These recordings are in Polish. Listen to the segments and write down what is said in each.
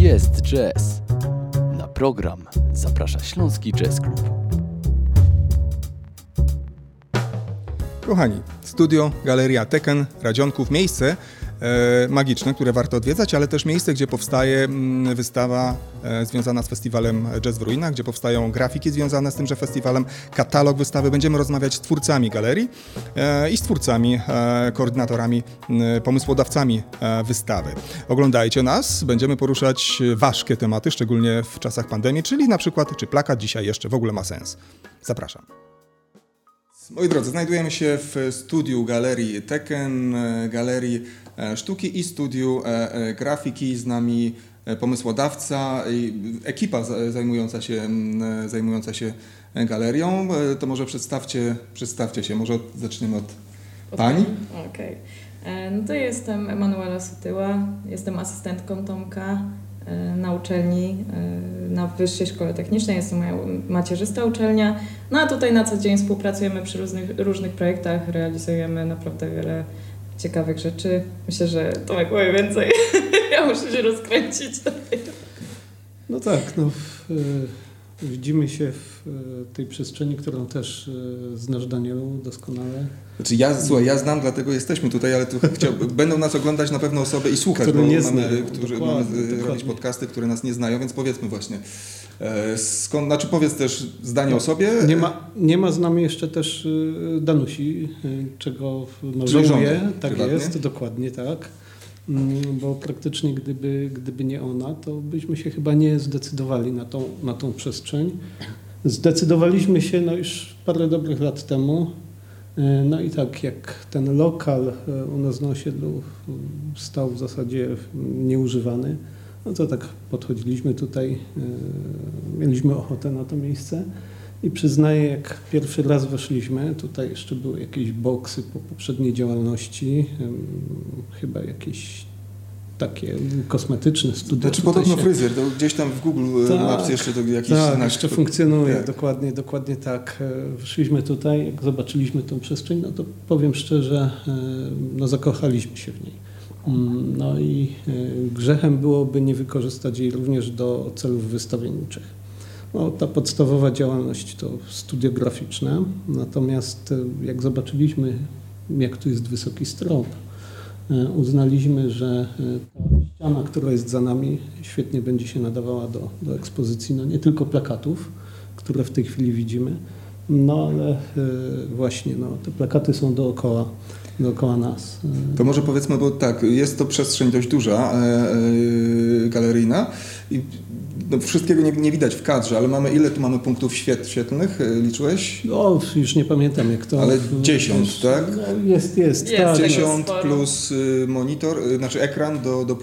Jest jazz. Na program zaprasza Śląski Jazz Club. Kochani, studio, Galeria Teken, Radzionków, miejsce magiczne, które warto odwiedzać, ale też miejsce, gdzie powstaje wystawa związana z festiwalem Jazz w Ruinach, gdzie powstają grafiki związane z tymże festiwalem, katalog wystawy. Będziemy rozmawiać z twórcami galerii i z twórcami, koordynatorami, pomysłodawcami wystawy. Oglądajcie nas, będziemy poruszać ważkie tematy, szczególnie w czasach pandemii, czyli na przykład, czy plakat dzisiaj jeszcze w ogóle ma sens. Zapraszam. Moi drodzy, znajdujemy się w studiu Galerii Teken, Galerii Sztuki i studiu grafiki. Z nami pomysłodawca i ekipa zajmująca się galerią. To może przedstawcie się. Może zaczniemy od pani. Okej. No to jestem Emanuela Sutyła, jestem asystentką Tomka na uczelni, na Wyższej Szkole Technicznej. Jest to moja macierzysta uczelnia. No a tutaj na co dzień współpracujemy przy różnych projektach, realizujemy naprawdę wiele ciekawych rzeczy. Myślę, że Tomek powie więcej. Ja muszę się rozkręcić. No tak, widzimy się w tej przestrzeni, którą też znasz, Danielu, doskonale. Znaczy ja znam, dlatego jesteśmy tutaj, ale tu będą nas oglądać na pewno osoby i słuchać, bo mamy robić podcasty, które nas nie znają, więc powiedzmy właśnie, powiedz też zdanie o sobie. Nie ma z nami jeszcze też Danusi, czego żałuję. Tak prywatnie. Jest, dokładnie tak. Bo praktycznie gdyby nie ona, to byśmy się chyba nie zdecydowali na tą przestrzeń. Zdecydowaliśmy się już parę dobrych lat temu. No i tak jak ten lokal u nas na osiedlu stał w zasadzie nieużywany, no to tak podchodziliśmy tutaj, mieliśmy ochotę na to miejsce i przyznaję, jak pierwszy raz weszliśmy, tutaj jeszcze były jakieś boksy po poprzedniej działalności, chyba jakieś takie kosmetyczne studia. Znaczy podobno fryzjer, to gdzieś tam w Google Maps jeszcze to jakiś znak. Jeszcze funkcjonuje, tak. Dokładnie tak. Wyszliśmy tutaj, jak zobaczyliśmy tą przestrzeń, no to powiem szczerze, zakochaliśmy się w niej. No i grzechem byłoby nie wykorzystać jej również do celów wystawienniczych. No, ta podstawowa działalność to studio graficzne, natomiast jak zobaczyliśmy, jak tu jest wysoki strop, uznaliśmy, że ta ściana, która jest za nami, świetnie będzie się nadawała do ekspozycji, no nie tylko plakatów, które w tej chwili widzimy, no ale właśnie te plakaty są dookoła nas. To może powiedzmy, bo tak, jest to przestrzeń dość duża, galeryjna i wszystkiego nie widać w kadrze, ale ile tu mamy punktów świetlnych, liczyłeś? Już nie pamiętam jak to. Ale 10, tak? No, jest tak. 10 plus monitor, znaczy ekran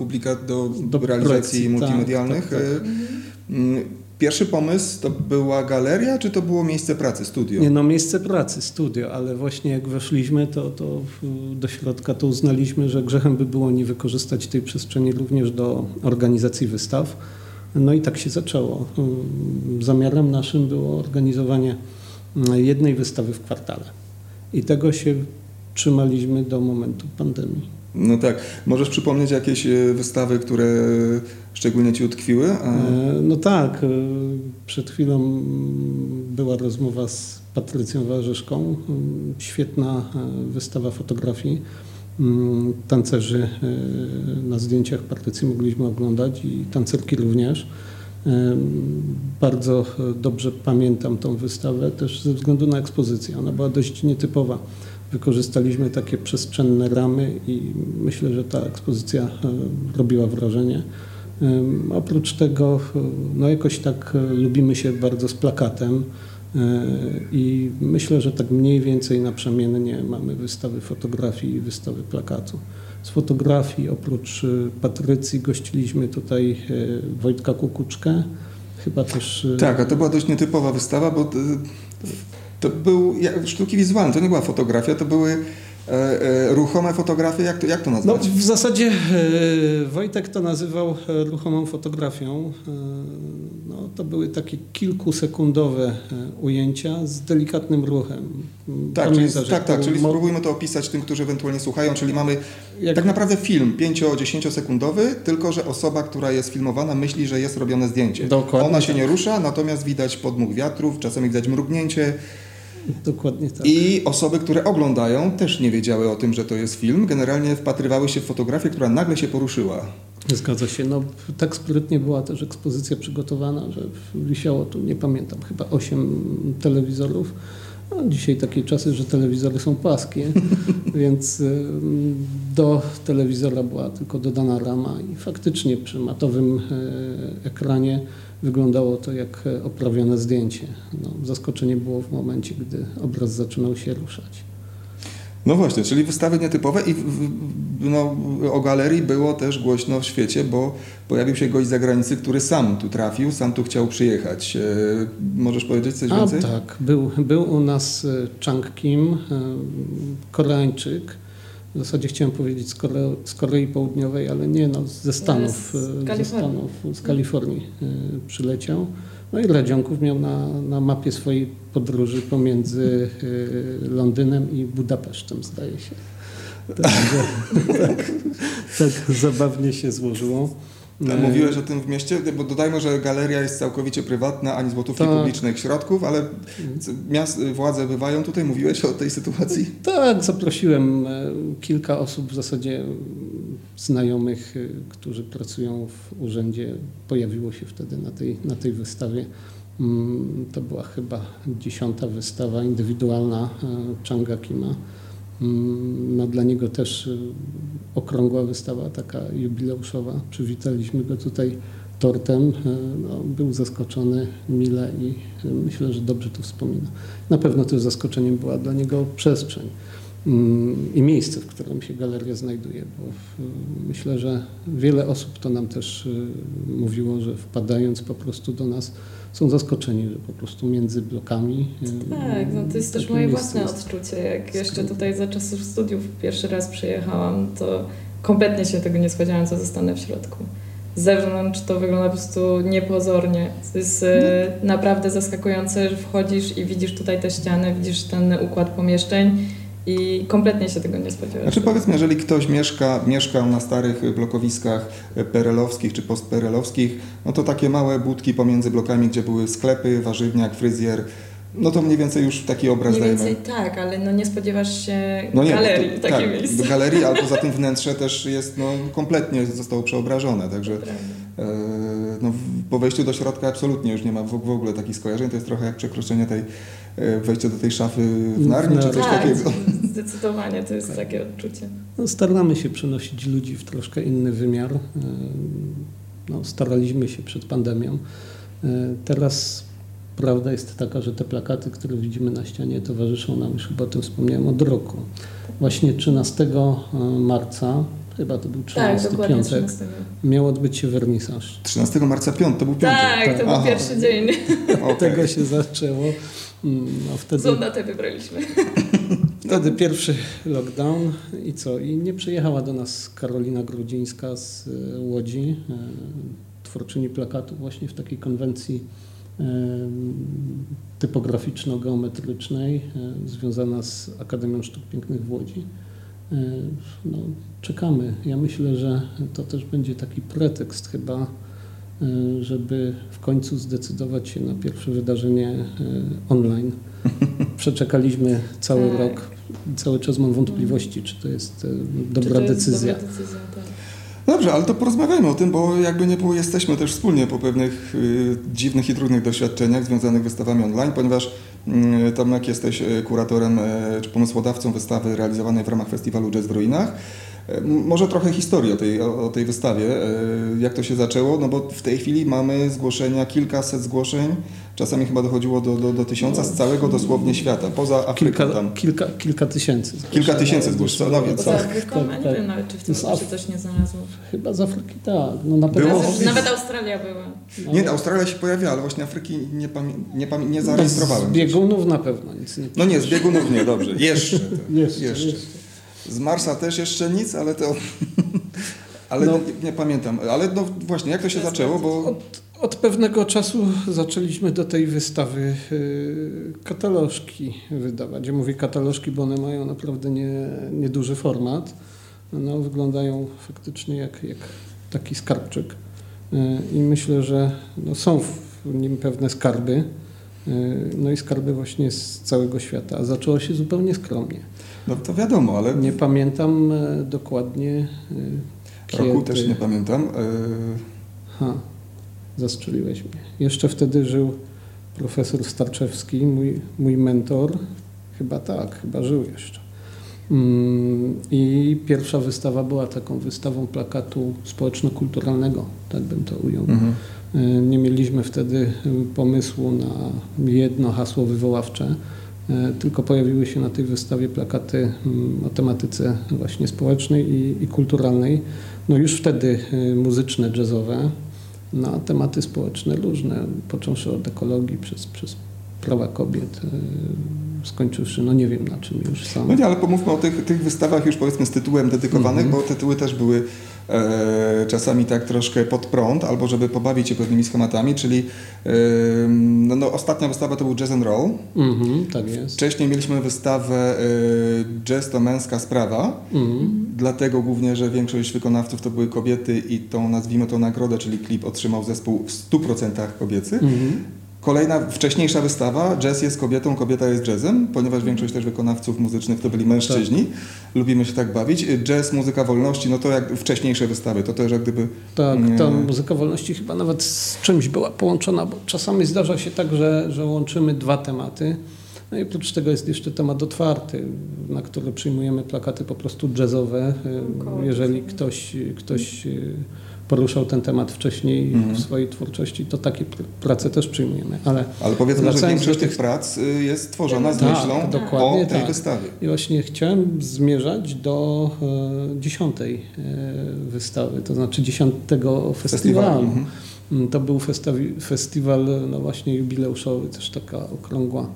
do realizacji multimedialnych. Tak. Pierwszy pomysł to była galeria, czy to było miejsce pracy, studio? Nie, miejsce pracy, studio, ale właśnie jak weszliśmy, to do środka to uznaliśmy, że grzechem by było nie wykorzystać tej przestrzeni również do organizacji wystaw. No i tak się zaczęło. Zamiarem naszym było organizowanie jednej wystawy w kwartale. I tego się trzymaliśmy do momentu pandemii. No tak. Możesz przypomnieć jakieś wystawy, które szczególnie Ci utkwiły? No tak. Przed chwilą była rozmowa z Patrycją Warzeszką. Świetna wystawa fotografii. Tancerzy na zdjęciach Patrycji mogliśmy oglądać i tancerki również. Bardzo dobrze pamiętam tą wystawę też ze względu na ekspozycję. Ona była dość nietypowa. Wykorzystaliśmy takie przestrzenne ramy i myślę, że ta ekspozycja robiła wrażenie. Oprócz tego jakoś tak lubimy się bardzo z plakatem i myślę, że tak mniej więcej naprzemiennie mamy wystawy fotografii i wystawy plakatu. Z fotografii oprócz Patrycji gościliśmy tutaj Wojtka Kukuczkę, chyba też... Tak, a to była dość nietypowa wystawa, bo to był sztuki wizualne, to nie była fotografia, to były ruchome fotografie, jak to nazwać? No, w zasadzie Wojtek to nazywał ruchomą fotografią. No, to były takie kilkusekundowe ujęcia z delikatnym ruchem. Czyli spróbujmy to opisać tym, którzy ewentualnie słuchają, czyli mamy tak naprawdę film 5-10 sekundowy, tylko że osoba, która jest filmowana, myśli, że jest robione zdjęcie. Dokładnie Ona się nie rusza, natomiast widać podmuch wiatrów, czasami widać mrugnięcie. Dokładnie tak. I osoby, które oglądają, też nie wiedziały o tym, że to jest film. Generalnie wpatrywały się w fotografię, która nagle się poruszyła. Zgadza się. No, tak sprytnie była też ekspozycja przygotowana, że wisiało tu, nie pamiętam, chyba 8 telewizorów. No, dzisiaj takie czasy, że telewizory są płaskie, więc do telewizora była tylko dodana rama i faktycznie przy matowym ekranie wyglądało to jak oprawione zdjęcie. No, zaskoczenie było w momencie, gdy obraz zaczynał się ruszać. No właśnie, czyli wystawy nietypowe i o galerii było też głośno w świecie, bo pojawił się gość z zagranicy, który sam tu trafił, sam tu chciał przyjechać. Możesz powiedzieć coś więcej? Tak. Był u nas Chang Kim, Koreańczyk. W zasadzie chciałem powiedzieć z Korei Południowej, ale nie, ze Stanów, z Kalifornii przyleciał. No i Radzionków miał na mapie swojej podróży pomiędzy Londynem i Budapesztem, zdaje się. Tak zabawnie się złożyło. Mówiłeś o tym w mieście, bo dodajmy, że galeria jest całkowicie prywatna, ani złotówki publicznych środków, ale władze bywają tutaj. Mówiłeś o tej sytuacji? Tak, zaprosiłem kilka osób, w zasadzie znajomych, którzy pracują w urzędzie. Pojawiło się wtedy na tej wystawie. To była chyba 10. wystawa indywidualna Changa Kima. No, dla niego też okrągła wystawa, taka jubileuszowa. Przywitaliśmy go tutaj tortem. No, był zaskoczony mile i myślę, że dobrze to wspomina. Na pewno też zaskoczeniem była dla niego przestrzeń i miejsce, w którym się galeria znajduje, bo myślę, że wiele osób to nam też mówiło, że wpadając po prostu do nas są zaskoczeni, że po prostu między blokami. Tak, no to jest też moje własne odczucie. Jak jeszcze tutaj za czasów studiów pierwszy raz przyjechałam, to kompletnie się tego nie spodziewałam, co zostanę w środku. Z zewnątrz to wygląda po prostu niepozornie. To jest naprawdę zaskakujące, że wchodzisz i widzisz tutaj te ściany, widzisz ten układ pomieszczeń i kompletnie się tego nie spodziewałem. Znaczy powiedzmy, jeżeli ktoś mieszkał na starych blokowiskach perelowskich czy postperelowskich, no to takie małe budki pomiędzy blokami, gdzie były sklepy, warzywniak, fryzjer, no to mniej więcej już taki obraz dajemy. Mniej więcej tak, ale nie spodziewasz się galerii w takim miejscu. Galerii, ale poza tym wnętrze też jest, kompletnie zostało przeobrażone, także po wejściu do środka absolutnie już nie ma w ogóle takich skojarzeń, to jest trochę jak przekroczenie wejście do tej szafy w Narni, czy coś takiego. Zdecydowanie, to jest takie odczucie. No, staramy się przenosić ludzi w troszkę inny wymiar. Staraliśmy się przed pandemią. Teraz prawda jest taka, że te plakaty, które widzimy na ścianie, towarzyszą nam, już chyba o tym wspomniałem, od roku. Właśnie 13 marca, chyba to był 13 piątek, 13. Miał odbyć się wernisaż. 13 marca to był piątek? Tak, to był pierwszy dzień. Od tego się zaczęło. Wtedy... Złą datę wybraliśmy. Wtedy pierwszy lockdown i co? I nie przyjechała do nas Karolina Grudzińska z Łodzi, twórczyni plakatu właśnie w takiej konwencji typograficzno-geometrycznej związana z Akademią Sztuk Pięknych w Łodzi. Czekamy. Ja myślę, że to też będzie taki pretekst chyba, żeby w końcu zdecydować się na pierwsze wydarzenie online. Przeczekaliśmy cały rok. Cały czas mam wątpliwości, czy to jest dobra decyzja. Dobra decyzja, tak. Dobrze, ale to porozmawiajmy o tym, bo jakby nie było, jesteśmy też wspólnie po pewnych dziwnych i trudnych doświadczeniach związanych z wystawami online, ponieważ Tomek jesteś kuratorem czy pomysłodawcą wystawy realizowanej w ramach festiwalu Jazz w Ruinach. Może trochę historii o tej wystawie, jak to się zaczęło, no bo w tej chwili mamy zgłoszenia, kilkaset zgłoszeń, czasami chyba dochodziło do 1000 z całego dosłownie świata, poza Afryką tam. Kilka tysięcy. Kilka tysięcy zgłoszeń, no więc poza Afryką, a nie wiem nawet, czy w tym się coś nie znalazło. Chyba z Afryki tak. No na pewno. Nawet Australia była. Nie, Australia się pojawiła, ale właśnie Afryki nie zarejestrowałem. Z biegunów na pewno nic nie. No nie, z biegunów nie, dobrze. Jeszcze. Z Marsa też jeszcze nic, ale to... ale nie pamiętam. Ale no właśnie, jak to się zaczęło, bo... Od pewnego czasu zaczęliśmy do tej wystawy katalożki wydawać. Ja mówię katalożki, bo one mają naprawdę nieduży format. No, wyglądają faktycznie jak taki skarbczyk. I myślę, że są w nim pewne skarby. No i skarby właśnie z całego świata. A zaczęło się zupełnie skromnie. No to wiadomo, ale... Nie pamiętam dokładnie kiedy... Roku też nie pamiętam. Zastrzeliłeś mnie. Jeszcze wtedy żył profesor Starczewski, mój mentor. Chyba żył jeszcze. I pierwsza wystawa była taką wystawą plakatu społeczno-kulturalnego, tak bym to ujął. Nie mieliśmy wtedy pomysłu na jedno hasło wywoławcze, tylko pojawiły się na tej wystawie plakaty o tematyce właśnie społecznej i kulturalnej. No już wtedy muzyczne, jazzowe, na tematy społeczne różne, począwszy od ekologii przez prawa kobiet, skończywszy, no nie wiem na czym już sam. No nie, ale pomówmy o tych wystawach już powiedzmy z tytułem dedykowanych, bo tytuły też były czasami tak troszkę pod prąd, albo żeby pobawić się pewnymi schematami, czyli ostatnia wystawa to był Jazz and Roll. Tak jest. Wcześniej mieliśmy wystawę Jazz to męska sprawa, dlatego głównie, że większość wykonawców to były kobiety i tą, nazwijmy to nagrodę, czyli klip otrzymał zespół w 100% kobiecy. Kolejna, wcześniejsza wystawa, jazz jest kobietą, kobieta jest jazzem, ponieważ większość też wykonawców muzycznych to byli mężczyźni. Tak. Lubimy się tak bawić. Jazz, muzyka wolności, no to jak wcześniejsze wystawy, to też jak gdyby... Tak, ta muzyka wolności chyba nawet z czymś była połączona, bo czasami zdarza się tak, że łączymy dwa tematy. No i oprócz tego jest jeszcze temat otwarty, na który przyjmujemy plakaty po prostu jazzowe. Jeżeli ktoś poruszał ten temat wcześniej w swojej twórczości, to takie prace też przyjmujemy. Ale powiedzmy, że większość tych prac jest tworzona z myślą o tej wystawie. I właśnie chciałem zmierzać do 10. wystawy, to znaczy 10. festiwalu. To był festiwal no właśnie jubileuszowy, też taka okrągła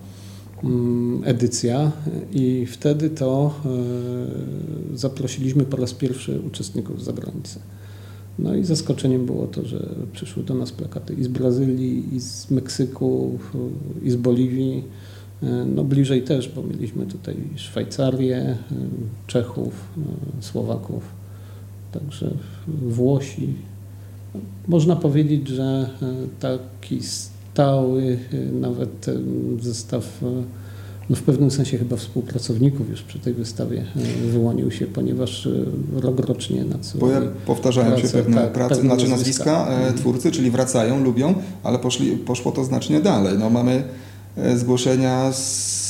edycja i wtedy to zaprosiliśmy po raz pierwszy uczestników z zagranicy. No i zaskoczeniem było to, że przyszły do nas plakaty i z Brazylii, i z Meksyku, i z Boliwii. No bliżej też, bo mieliśmy tutaj Szwajcarię, Czechów, Słowaków, także Włosi. Można powiedzieć, że taki stały nawet zestaw, no w pewnym sensie chyba współpracowników już przy tej wystawie wyłonił się, ponieważ rokrocznie powtarzają się pewne prace, znaczy nazwiska twórcy, czyli wracają, lubią, ale poszło to znacznie dalej. No, mamy zgłoszenia z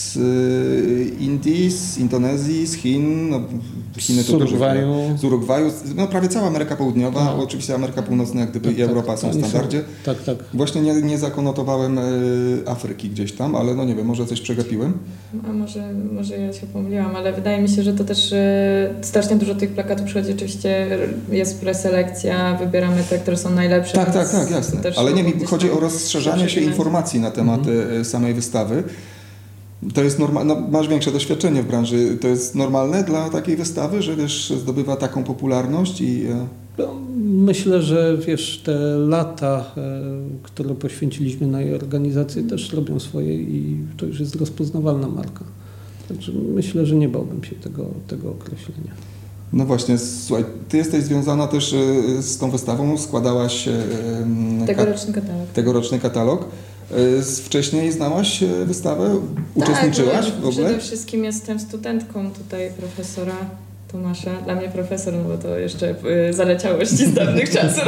Indii, z Indonezji, z Chin, Chiny to z Urugwaju, no prawie cała Ameryka Południowa, oczywiście Ameryka Północna jak gdyby i Europa są w standardzie. Tak. Właśnie nie zakonotowałem Afryki gdzieś tam, ale no nie wiem, może coś przegapiłem. A może ja się pomyliłam, ale wydaje mi się, że to też strasznie dużo tych plakatów przychodzi, oczywiście jest preselekcja, wybieramy te, które są najlepsze. Tak, jasne. Ale nie, mi chodzi o rozszerzanie się informacji na temat samej wystawy. To jest normalne, no, masz większe doświadczenie w branży, to jest normalne dla takiej wystawy, że wiesz, zdobywa taką popularność i... No, myślę, że wiesz, te lata, które poświęciliśmy na jej organizację też robią swoje i to już jest rozpoznawalna marka. Także myślę, że nie bałbym się tego określenia. No właśnie, słuchaj, ty jesteś związana też z tą wystawą, składałaś tegoroczny katalog. Wcześniej znałaś wystawę? Uczestniczyłaś w ogóle? Przede wszystkim jestem studentką tutaj profesora Tomasza. Dla mnie profesor, no bo to jeszcze zaleciałości z dawnych czasów.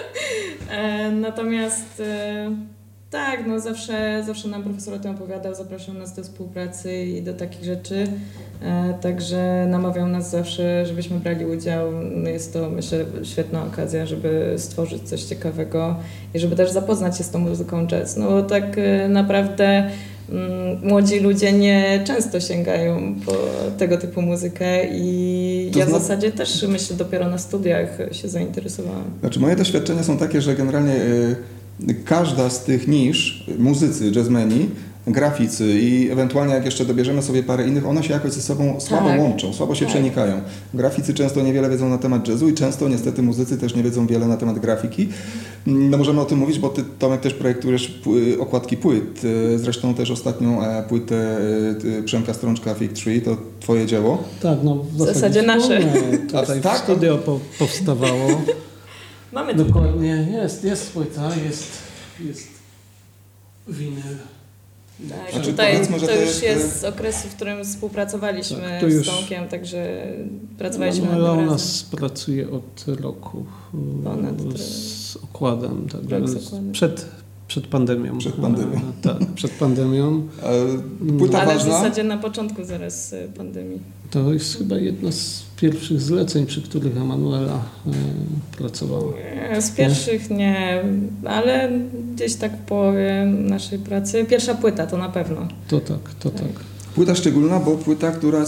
Natomiast tak, no zawsze nam profesor o tym opowiadał, zapraszał nas do współpracy i do takich rzeczy. Także namawiał nas zawsze, żebyśmy brali udział. Jest to, myślę, świetna okazja, żeby stworzyć coś ciekawego i żeby też zapoznać się z tą muzyką jazz. No bo tak naprawdę młodzi ludzie nie często sięgają po tego typu muzykę i ja w zasadzie też, myślę, dopiero na studiach się zainteresowałam. Znaczy moje doświadczenia są takie, że generalnie każda z tych nisz, muzycy, jazzmeni, graficy i ewentualnie jak jeszcze dobierzemy sobie parę innych, one się jakoś ze sobą słabo łączą, słabo się przenikają. Graficy często niewiele wiedzą na temat jazzu i często niestety muzycy też nie wiedzą wiele na temat grafiki. No możemy o tym mówić, bo ty, Tomek, też projektujesz okładki płyt. Zresztą też ostatnią płytę Przemka Strączka Fig Tree to twoje dzieło. Tak, no w zasadzie nasze. Tutaj w studio powstawało. Mamy to. Dokładnie, jest płyta, jest winyl. Tak, Znaczy, tutaj powiedzmy, że to to już jest- jest z okresu, w którym współpracowaliśmy Tak, to z już- Tomkiem, także pracowaliśmy nad Manuela tym u razem. nas pracuje od roku Ponad z okładem, rok także z okładem. przed pandemią. Przed pandemią. Tak, przed pandemią. Płyta Ale w ważna. zasadzie na początku zaraz pandemii. To jest chyba jedno z pierwszych zleceń, przy których Emanuela pracowała. Z pierwszych nie, ale gdzieś tak w połowie naszej pracy. Pierwsza płyta to na pewno. To tak. Płyta szczególna, bo płyta, która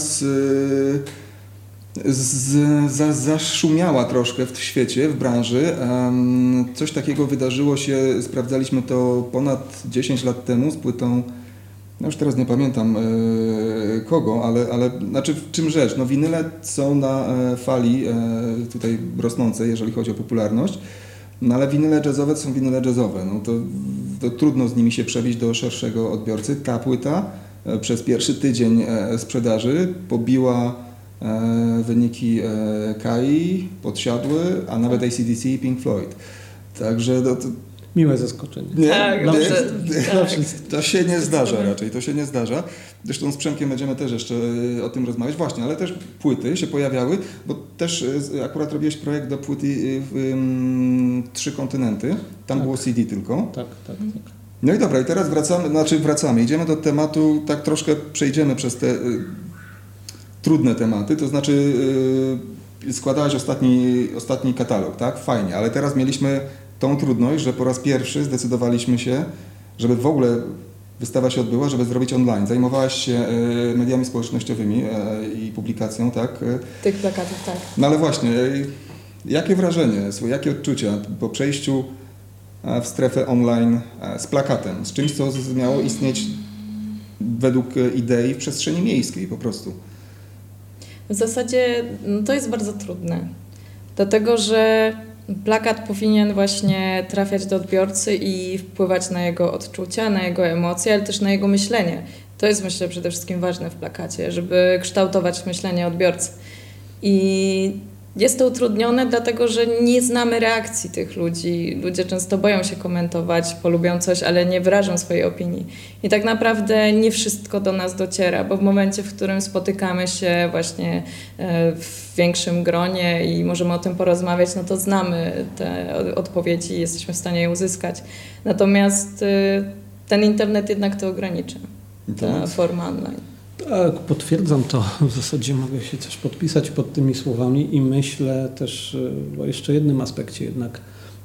zaszumiała troszkę w świecie, w branży. Coś takiego wydarzyło się, sprawdzaliśmy to ponad 10 lat temu z płytą, no już teraz nie pamiętam kogo, ale znaczy w czym rzecz? No winyle są na fali tutaj rosnącej, jeżeli chodzi o popularność, no ale winyle jazzowe to są winyle jazzowe. No to trudno z nimi się przebić do szerszego odbiorcy. Ta płyta przez pierwszy tydzień sprzedaży pobiła wyniki KAI, Podsiadły, a nawet AC/DC i Pink Floyd. Także to Miłe zaskoczenie. nie, Tak, nie, dobrze. to się nie zdarza raczej, to się nie zdarza. Zresztą z Przemkiem będziemy też jeszcze o tym rozmawiać. Właśnie, ale też płyty się pojawiały, bo też akurat robiłeś projekt do płyty 3 kontynenty. Tam Tak. było CD tylko. Tak. No i dobra, i teraz wracamy, idziemy do tematu, tak troszkę przejdziemy przez te trudne tematy, to znaczy składałeś ostatni katalog, tak? Fajnie, ale teraz mieliśmy tą trudność, że po raz pierwszy zdecydowaliśmy się, żeby w ogóle wystawa się odbyła, żeby zrobić online. Zajmowałaś się mediami społecznościowymi i publikacją, tak? Tych plakatów, tak. No ale właśnie, jakie wrażenie, jakie odczucia po przejściu w strefę online z plakatem, z czymś, co miało istnieć według idei w przestrzeni miejskiej po prostu? W zasadzie to jest bardzo trudne, dlatego że plakat powinien właśnie trafiać do odbiorcy i wpływać na jego odczucia, na jego emocje, ale też na jego myślenie. To jest, myślę, przede wszystkim ważne w plakacie, żeby kształtować myślenie odbiorcy. I jest to utrudnione, dlatego że nie znamy reakcji tych ludzi. Ludzie często boją się komentować, polubią coś, ale nie wyrażą swojej opinii. I tak naprawdę nie wszystko do nas dociera, bo w momencie, w którym spotykamy się właśnie w większym gronie i możemy o tym porozmawiać, no to znamy te odpowiedzi i jesteśmy w stanie je uzyskać. Natomiast ten internet jednak to ogranicza, ta forma online. Tak, potwierdzam to. W zasadzie mogę się też podpisać pod tymi słowami i myślę też o jeszcze jednym aspekcie jednak.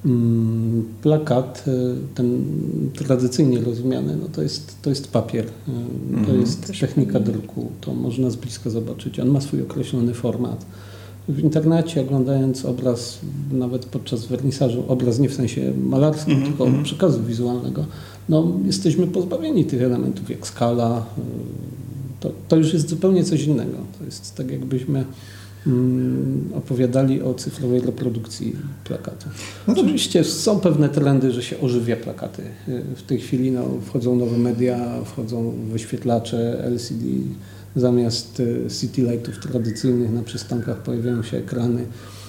Plakat, ten tradycyjnie rozumiany, no to jest papier, to jest technika druku, to można z bliska zobaczyć. On ma swój określony format. W internecie oglądając obraz, nawet podczas wernisażu, obraz nie w sensie malarskim, tylko przekazu wizualnego, no jesteśmy pozbawieni tych elementów jak skala. To już jest zupełnie coś innego. To jest tak, jakbyśmy opowiadali o cyfrowej reprodukcji plakatu. No oczywiście są pewne trendy, że się ożywia plakaty. W tej chwili wchodzą nowe media, wchodzą wyświetlacze LCD. Zamiast city lightów tradycyjnych na przystankach pojawiają się ekrany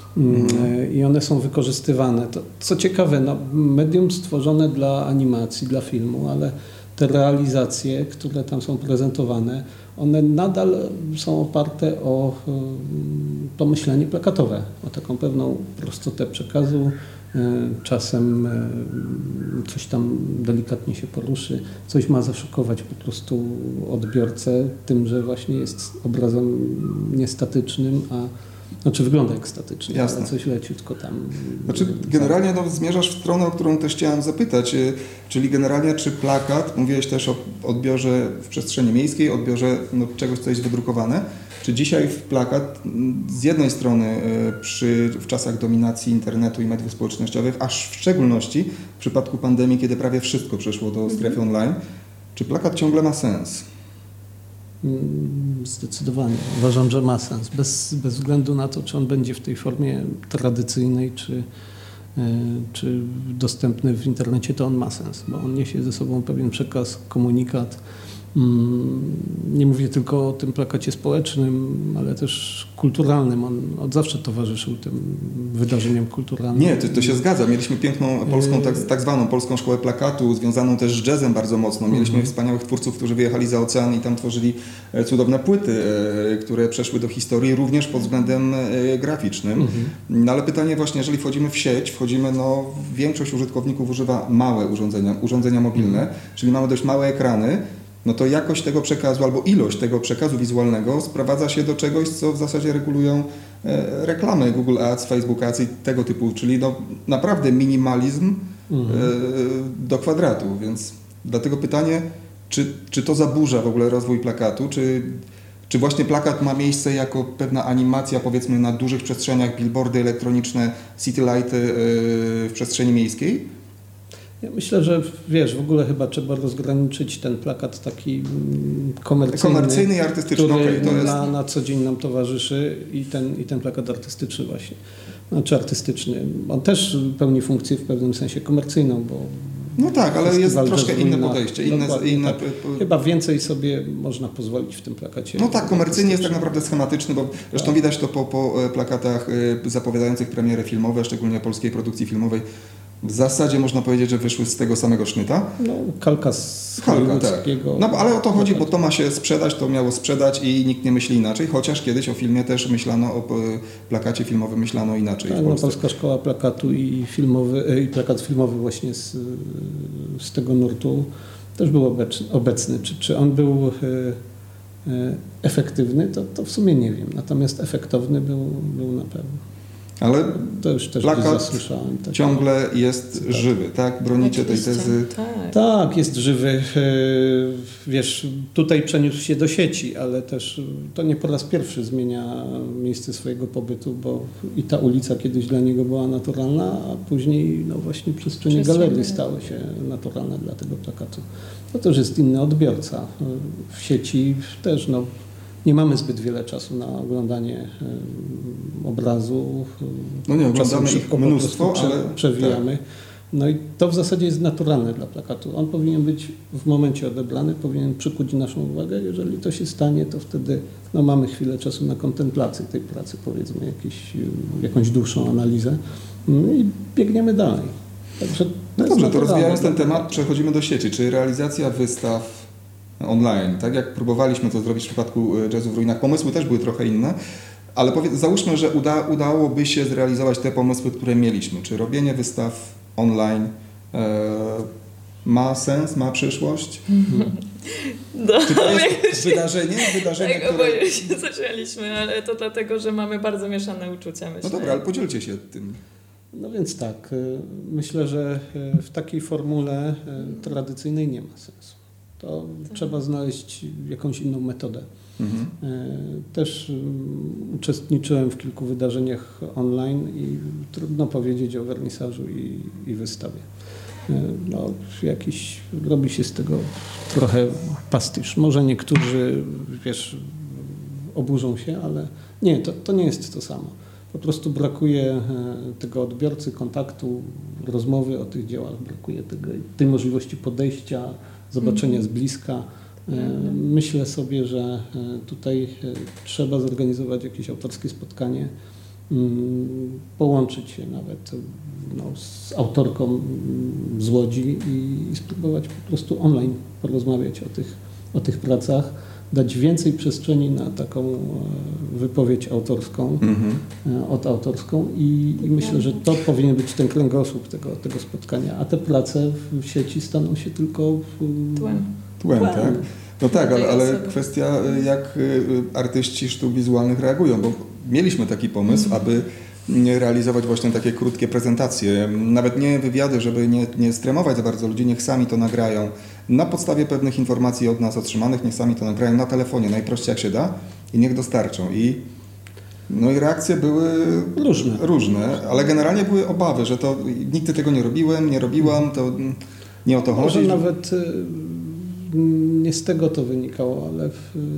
i one są wykorzystywane. To, co ciekawe, medium stworzone dla animacji, dla filmu, ale te realizacje, które tam są prezentowane, one nadal są oparte o to myślenie plakatowe, o taką pewną prostotę przekazu. Czasem coś tam delikatnie się poruszy, coś ma zaszokować po prostu odbiorcę tym, że właśnie jest obrazem niestatycznym, znaczy wygląda jak statyczny, ale coś leciutko tam. Znaczy generalnie zmierzasz w stronę, o którą też chciałem zapytać, czyli generalnie czy plakat, mówiłeś też o odbiorze w przestrzeni miejskiej, odbiorze czegoś, co jest wydrukowane, czy dzisiaj w plakat z jednej strony w czasach dominacji internetu i mediów społecznościowych, aż w szczególności w przypadku pandemii, kiedy prawie wszystko przeszło do strefy online, Czy plakat ciągle ma sens? Zdecydowanie. Uważam, że ma sens. Bez względu na to, czy on będzie w tej formie tradycyjnej, czy dostępny w internecie, to on ma sens, bo on niesie ze sobą pewien przekaz, komunikat. Nie mówię tylko o tym plakacie społecznym, ale też kulturalnym. On od zawsze towarzyszył tym wydarzeniom kulturalnym. Nie, to się zgadza. Mieliśmy piękną polską, tak zwaną polską szkołę plakatu, związaną też z jazzem bardzo mocno. Mieliśmy wspaniałych twórców, którzy wyjechali za ocean i tam tworzyli cudowne płyty, które przeszły do historii również pod względem graficznym. No ale pytanie właśnie, jeżeli wchodzimy w sieć, większość użytkowników używa małe urządzenia mobilne, czyli mamy dość małe ekrany, no to jakość tego przekazu albo ilość tego przekazu wizualnego sprowadza się do czegoś, co w zasadzie regulują reklamy Google Ads, Facebook Ads i tego typu, czyli naprawdę minimalizm do kwadratu, więc dlatego pytanie, czy to zaburza w ogóle rozwój plakatu, czy właśnie plakat ma miejsce jako pewna animacja, powiedzmy, na dużych przestrzeniach, billboardy elektroniczne, citylighty w przestrzeni miejskiej? Ja myślę, że w ogóle chyba trzeba rozgraniczyć ten plakat taki komercyjny i artystyczny, który to jest... na co dzień nam towarzyszy i ten plakat artystyczny właśnie. Znaczy artystyczny. On też pełni funkcję w pewnym sensie komercyjną, bo no tak, ale jest troszkę inne podejście. Tak. Chyba więcej sobie można pozwolić w tym plakacie. No tak, komercyjnie jest tak naprawdę schematyczny, bo zresztą widać to po plakatach zapowiadających premiery filmowe, szczególnie polskiej produkcji filmowej. W zasadzie można powiedzieć, że wyszły z tego samego sznyta. No, kalka z hollywoodzkiego. Tak. No ale o to chodzi, bo to ma się sprzedać, to miało sprzedać i nikt nie myśli inaczej, chociaż kiedyś o filmie też myślano, o plakacie filmowym myślano inaczej. Tak, Polska Szkoła Plakatu i plakat filmowy właśnie z tego nurtu też był obecny. Czy on był efektywny, to w sumie nie wiem. Natomiast efektowny był na pewno. Ale to już też plakat ciągle jest żywy, tak? Bronicie tej tezy? Tak, jest żywy. Tutaj przeniósł się do sieci, ale też to nie po raz pierwszy zmienia miejsce swojego pobytu, bo i ta ulica kiedyś dla niego była naturalna, a później właśnie przestrzenie galerii stały się naturalne dla tego plakatu. To też jest inny odbiorca. W sieci też nie mamy zbyt wiele czasu na oglądanie obrazu. No nie, oglądamy ich mnóstwo, ale przewijamy. Tak. No i to w zasadzie jest naturalne dla plakatu. On powinien być w momencie odebrany, powinien przykuć naszą uwagę. Jeżeli to się stanie, to wtedy mamy chwilę czasu na kontemplację tej pracy, powiedzmy, jakąś dłuższą analizę i biegniemy dalej. Także no dobrze, to rozwijając ten temat, przechodzimy do sieci. Czy realizacja wystaw online, tak jak próbowaliśmy to zrobić w przypadku Jazzu w ruinach, pomysły też były trochę inne, ale załóżmy, że udałoby się zrealizować te pomysły, które mieliśmy. Czy robienie wystaw online ma sens, ma przyszłość? Czy to jest wydarzenie, tak, oboje się zaczęliśmy, ale to dlatego, że mamy bardzo mieszane uczucia, myślę. No dobra, ale podzielcie się tym. No więc tak, myślę, że w takiej formule tradycyjnej nie ma sensu. To trzeba znaleźć jakąś inną metodę. Też uczestniczyłem w kilku wydarzeniach online i trudno powiedzieć o wernisażu i wystawie. Robi się z tego trochę pastisz. Może niektórzy, oburzą się, ale nie, to nie jest to samo. Po prostu brakuje tego odbiorcy, kontaktu, rozmowy o tych dziełach, brakuje tej możliwości podejścia, zobaczenia z bliska. Myślę sobie, że tutaj trzeba zorganizować jakieś autorskie spotkanie, połączyć się nawet z autorką z Łodzi i spróbować po prostu online porozmawiać o tych pracach, dać więcej przestrzeni na taką wypowiedź autorską, odautorską i myślę, że to powinien być ten kręgosłup tego spotkania, a te prace w sieci staną się tylko tłem, tak? No tak, ale kwestia, jak artyści sztuk wizualnych reagują, bo mieliśmy taki pomysł, aby realizować właśnie takie krótkie prezentacje, nawet nie wywiady, żeby nie stremować za bardzo ludzi, niech sami to nagrają. Na podstawie pewnych informacji od nas otrzymanych, niech sami to nagrają na telefonie, najprościej jak się da i niech dostarczą. I reakcje były różne, ale generalnie były obawy, że nigdy tego nie robiłam, to nie o to chodzi. Może nawet nie z tego to wynikało, ale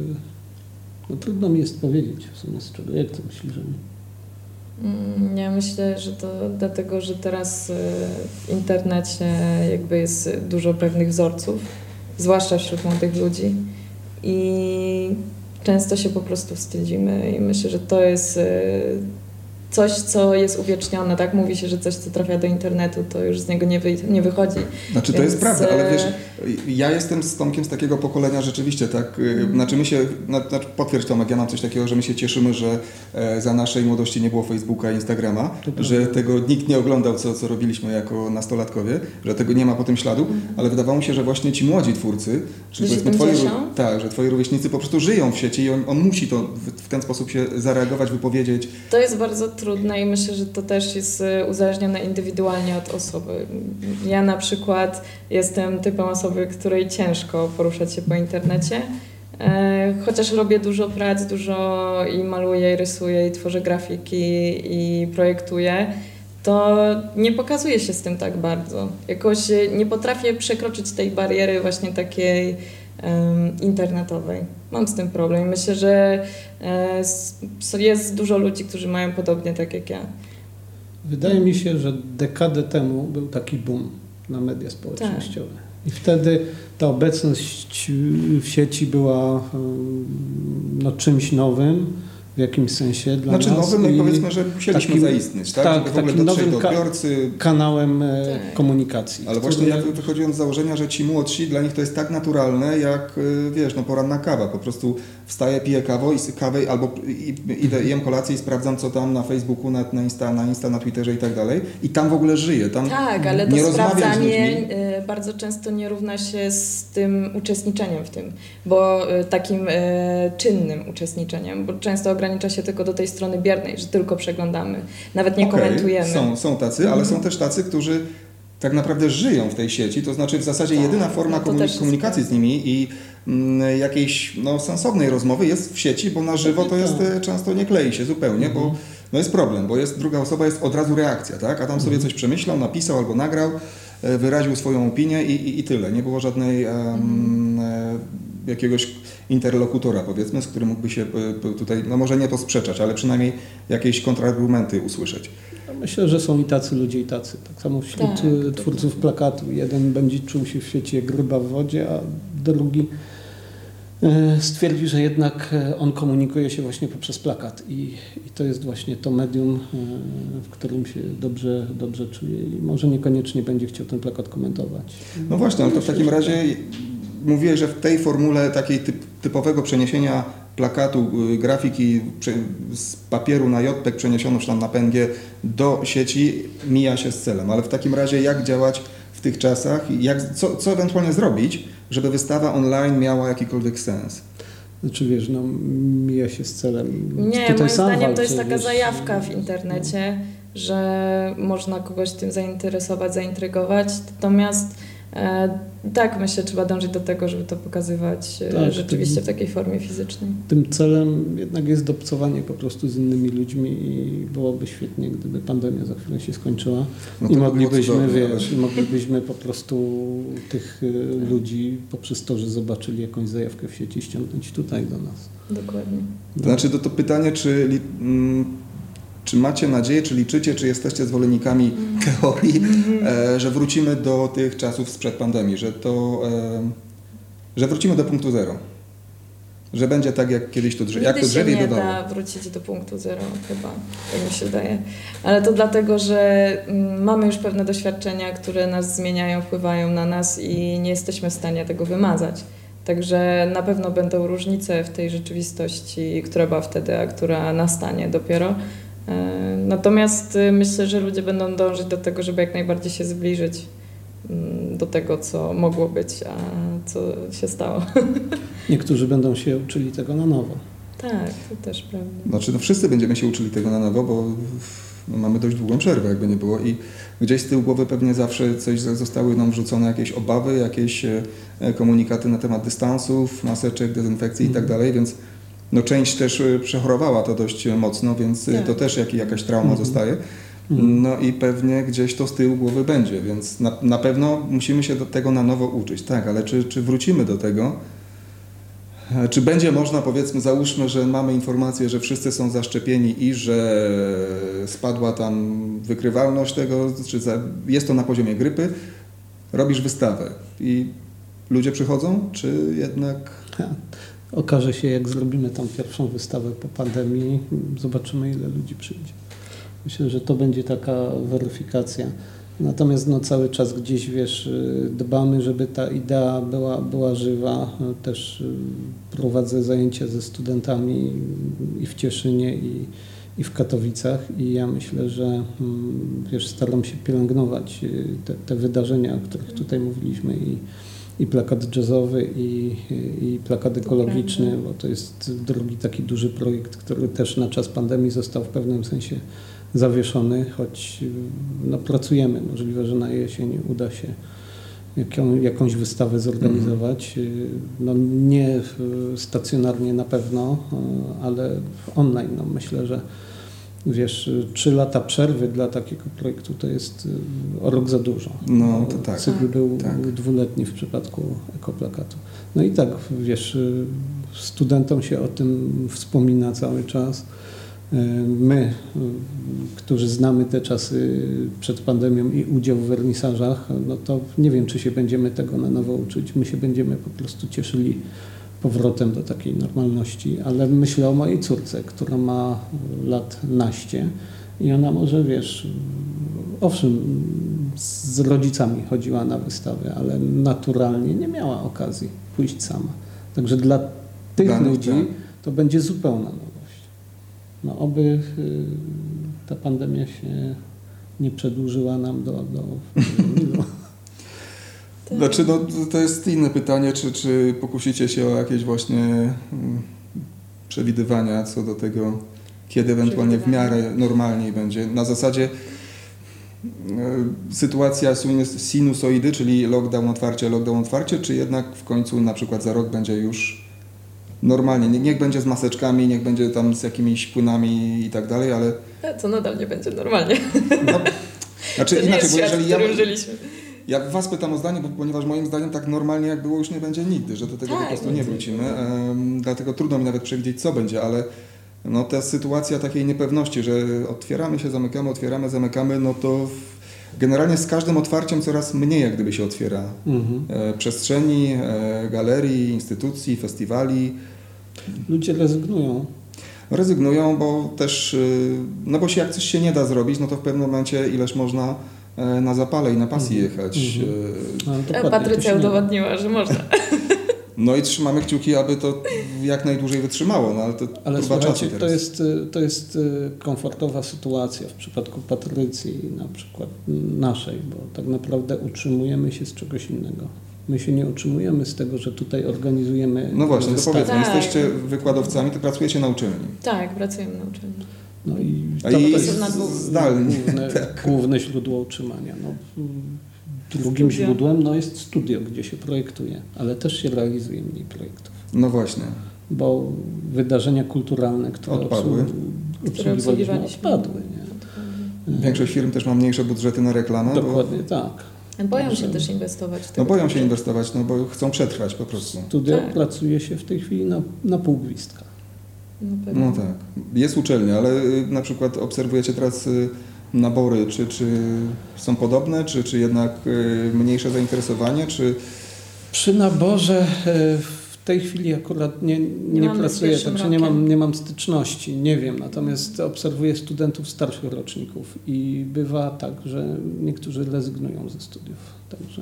no trudno mi jest powiedzieć w sumie z czego. Jak to myślisz, że nie? Ja myślę, że to dlatego, że teraz w internecie jakby jest dużo pewnych wzorców, zwłaszcza wśród młodych ludzi i często się po prostu wstydzimy i myślę, że to jest coś, co jest uwiecznione, tak? Mówi się, że coś, co trafia do internetu, to już z niego nie wychodzi. Znaczy to jest prawda, ale wiesz, ja jestem z Tomkiem z takiego pokolenia rzeczywiście, tak? Znaczy my się, potwierdź Tomek, ja mam coś takiego, że my się cieszymy, że za naszej młodości nie było Facebooka i Instagrama, że tego nikt nie oglądał, co robiliśmy jako nastolatkowie, że tego nie ma po tym śladu, ale wydawało mi się, że właśnie ci młodzi twórcy, czyli że twoi rówieśnicy po prostu żyją w sieci i on musi to w ten sposób się zareagować, wypowiedzieć. To jest bardzo trudne i myślę, że to też jest uzależnione indywidualnie od osoby. Ja na przykład jestem typem osoby, której ciężko poruszać się po internecie, chociaż robię dużo prac, dużo i maluję, i rysuję, i tworzę grafiki, i projektuję, to nie pokazuję się z tym tak bardzo. Jakoś nie potrafię przekroczyć tej bariery właśnie takiej internetowej. Mam z tym problem. Myślę, że jest dużo ludzi, którzy mają podobnie tak jak ja. Wydaje mi się, że dekadę temu był taki boom na media społecznościowe. Tak. I wtedy ta obecność w sieci była czymś nowym w jakimś sensie dla nas. Nowym, no i powiedzmy, że musieliśmy zaistnieć, tak? Żeby w ogóle dotrzeć do odbiorcy. Kanałem komunikacji. Ale właśnie ja wychodziłem z założenia, że ci młodsi, dla nich to jest tak naturalne, jak wiesz, poranna kawa. Po prostu wstaję, piję kawę albo jem kolację i sprawdzam, co tam na Facebooku, na Insta, na Twitterze i tak dalej. I tam w ogóle żyję. Tam tak, ale to sprawdzanie bardzo często nie równa się z tym uczestniczeniem w tym, bo takim czynnym uczestniczeniem, bo często ogranicza się tylko do tej strony biernej, że tylko przeglądamy, nawet nie komentujemy. Są tacy, ale są też tacy, którzy tak naprawdę żyją w tej sieci, to znaczy w zasadzie jedyna forma komunikacji z nimi i jakiejś sensownej rozmowy jest w sieci, bo na żywo to jest często nie klei się zupełnie, bo jest problem, bo druga osoba jest od razu reakcja, tak? A tam sobie coś przemyślał, napisał albo nagrał, wyraził swoją opinię i tyle. Nie było żadnej jakiegoś interlokutora, powiedzmy, z którym mógłby się tutaj, może nie posprzeczać, ale przynajmniej jakieś kontrargumenty usłyszeć. Myślę, że są i tacy ludzie, i tacy. Tak samo wśród twórców plakatu. Jeden będzie czuł się w świecie jak ryba w wodzie, a drugi stwierdzi, że jednak on komunikuje się właśnie poprzez plakat i to jest właśnie to medium, w którym się dobrze czuje i może niekoniecznie będzie chciał ten plakat komentować. No właśnie, ale to w takim razie mówiłeś, że w tej formule takiej typowego przeniesienia plakatu, grafiki z papieru na JPEG przeniesiono tam na PNG do sieci mija się z celem, ale w takim razie jak działać w tych czasach, co ewentualnie zrobić, żeby wystawa online miała jakikolwiek sens? Znaczy wiesz, mija się z celem. Nie, moim zdaniem to jest taka zajawka w internecie, że można kogoś tym zainteresować, zaintrygować, natomiast tak, myślę, trzeba dążyć do tego, żeby to pokazywać rzeczywiście w takiej formie fizycznej. Tym celem jednak jest obcowanie po prostu z innymi ludźmi i byłoby świetnie, gdyby pandemia za chwilę się skończyła i moglibyśmy po prostu tych ludzi poprzez to, że zobaczyli jakąś zajawkę w sieci, ściągnąć tutaj do nas. Dokładnie. To znaczy to pytanie, czy macie nadzieję, czy liczycie, czy jesteście zwolennikami teorii, że wrócimy do tych czasów sprzed pandemii, że wrócimy do punktu zero? Że będzie tak, jak kiedyś to drzewie dodało? Nigdy się nie da wrócić do punktu zero chyba, tak mi się wydaje. Ale to dlatego, że mamy już pewne doświadczenia, które nas zmieniają, wpływają na nas i nie jesteśmy w stanie tego wymazać. Także na pewno będą różnice w tej rzeczywistości, która była wtedy, a która nastanie dopiero. Natomiast myślę, że ludzie będą dążyć do tego, żeby jak najbardziej się zbliżyć do tego, co mogło być, a co się stało. Niektórzy będą się uczyli tego na nowo. Tak, to też prawda. Znaczy, wszyscy będziemy się uczyli tego na nowo, bo mamy dość długą przerwę, jakby nie było i gdzieś z tyłu głowy pewnie zawsze zostały nam wrzucone jakieś obawy, jakieś komunikaty na temat dystansów, maseczek, dezynfekcji i tak dalej, więc część też przechorowała to dość mocno, więc to też jakaś trauma zostaje. No i pewnie gdzieś to z tyłu głowy będzie, więc na pewno musimy się do tego na nowo uczyć. Tak, ale czy wrócimy do tego? Czy będzie można, powiedzmy, załóżmy, że mamy informację, że wszyscy są zaszczepieni i że spadła tam wykrywalność tego, czy jest to na poziomie grypy, robisz wystawę i ludzie przychodzą, czy jednak... Okaże się, jak zrobimy tam pierwszą wystawę po pandemii, zobaczymy, ile ludzi przyjdzie. Myślę, że to będzie taka weryfikacja. Natomiast cały czas gdzieś, dbamy, żeby ta idea była żywa. Też prowadzę zajęcia ze studentami i w Cieszynie, i w Katowicach i ja myślę, że staram się pielęgnować te wydarzenia, o których tutaj mówiliśmy i plakat jazzowy, i plakat ekologiczny, bo to jest drugi taki duży projekt, który też na czas pandemii został w pewnym sensie zawieszony, choć pracujemy. Możliwe, że na jesień uda się jakąś wystawę zorganizować. Nie stacjonarnie na pewno, ale online. Myślę, że 3 lata przerwy dla takiego projektu to jest o rok za dużo. No to tak. Cykl był 2-letni w przypadku ekoplakatu. No i tak, studentom się o tym wspomina cały czas. My, którzy znamy te czasy przed pandemią i udział w wernisażach, to nie wiem, czy się będziemy tego na nowo uczyć. My się będziemy po prostu cieszyli powrotem do takiej normalności, ale myślę o mojej córce, która ma lat naście i ona może, owszem, z rodzicami chodziła na wystawę, ale naturalnie nie miała okazji pójść sama. Także dla tych ludzi to będzie zupełna nowość. Oby ta pandemia się nie przedłużyła nam do Znaczy, to jest inne pytanie, czy pokusicie się o jakieś właśnie przewidywania co do tego, kiedy ewentualnie w miarę normalniej będzie. Na zasadzie sytuacja sinusoidy, czyli lockdown, otwarcie, czy jednak w końcu na przykład za rok będzie już normalnie. Niech będzie z maseczkami, niech będzie tam z jakimiś płynami i tak dalej, ale... To nadal nie będzie normalnie. Znaczy to inaczej, bo jeżeli żyliśmy. Ja was pytam o zdanie, ponieważ moim zdaniem tak normalnie jak było już nie będzie nigdy, że do tego po prostu nie wrócimy. Dlatego trudno mi nawet przewidzieć, co będzie, ale ta sytuacja takiej niepewności, że otwieramy się, zamykamy, to generalnie z każdym otwarciem coraz mniej jak gdyby się otwiera przestrzeni, galerii, instytucji, festiwali. Ludzie rezygnują, bo też, bo jak coś się nie da zrobić, to w pewnym momencie ileż można na zapale i na pasji jechać. Patrycja udowodniła, że można. No i trzymamy kciuki, aby to jak najdłużej wytrzymało, ale słuchajcie, to jest komfortowa sytuacja w przypadku Patrycji, na przykład naszej, bo tak naprawdę utrzymujemy się z czegoś innego. My się nie utrzymujemy z tego, że tutaj organizujemy... No właśnie, to powiedzmy, jesteście wykładowcami, to pracujecie na uczelni. Tak, pracujemy na uczelni. No i to jest główne źródło utrzymania. Drugim źródłem jest studio, gdzie się projektuje, ale też się realizuje mniej projektów. No właśnie. Bo wydarzenia kulturalne, które obsługiwaliśmy, odpadły. Większość firm też ma mniejsze budżety na reklamę. Dokładnie tak. Boją się też inwestować w to. Boją się inwestować, bo chcą przetrwać po prostu. Studio pracuje się w tej chwili na pół gwizdka. No tak. Jest uczelnia, ale na przykład obserwujecie teraz nabory, czy są podobne, czy jednak mniejsze zainteresowanie, czy... Przy naborze w tej chwili akurat nie pracuję, także nie mam styczności, nie wiem, natomiast obserwuję studentów starszych roczników i bywa tak, że niektórzy rezygnują ze studiów. Także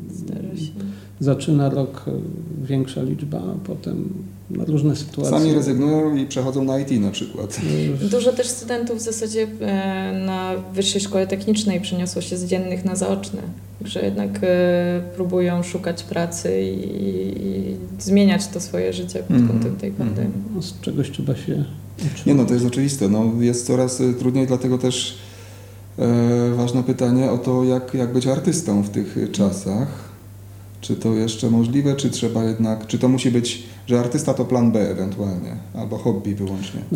zaczyna rok większa liczba, a potem różne sytuacje. Sami rezygnują i przechodzą na IT na przykład. Dużo też studentów w zasadzie na Wyższej Szkole Technicznej przeniosło się z dziennych na zaoczne, że jednak próbują szukać pracy i zmieniać to swoje życie pod kątem tej pandemii. Z czegoś trzeba się uczyć. Nie, to jest oczywiste. Jest coraz trudniej, dlatego też ważne pytanie o to, jak być artystą w tych czasach. Czy to jeszcze możliwe, czy trzeba jednak, czy to musi być, że artysta to plan B ewentualnie, albo hobby wyłącznie?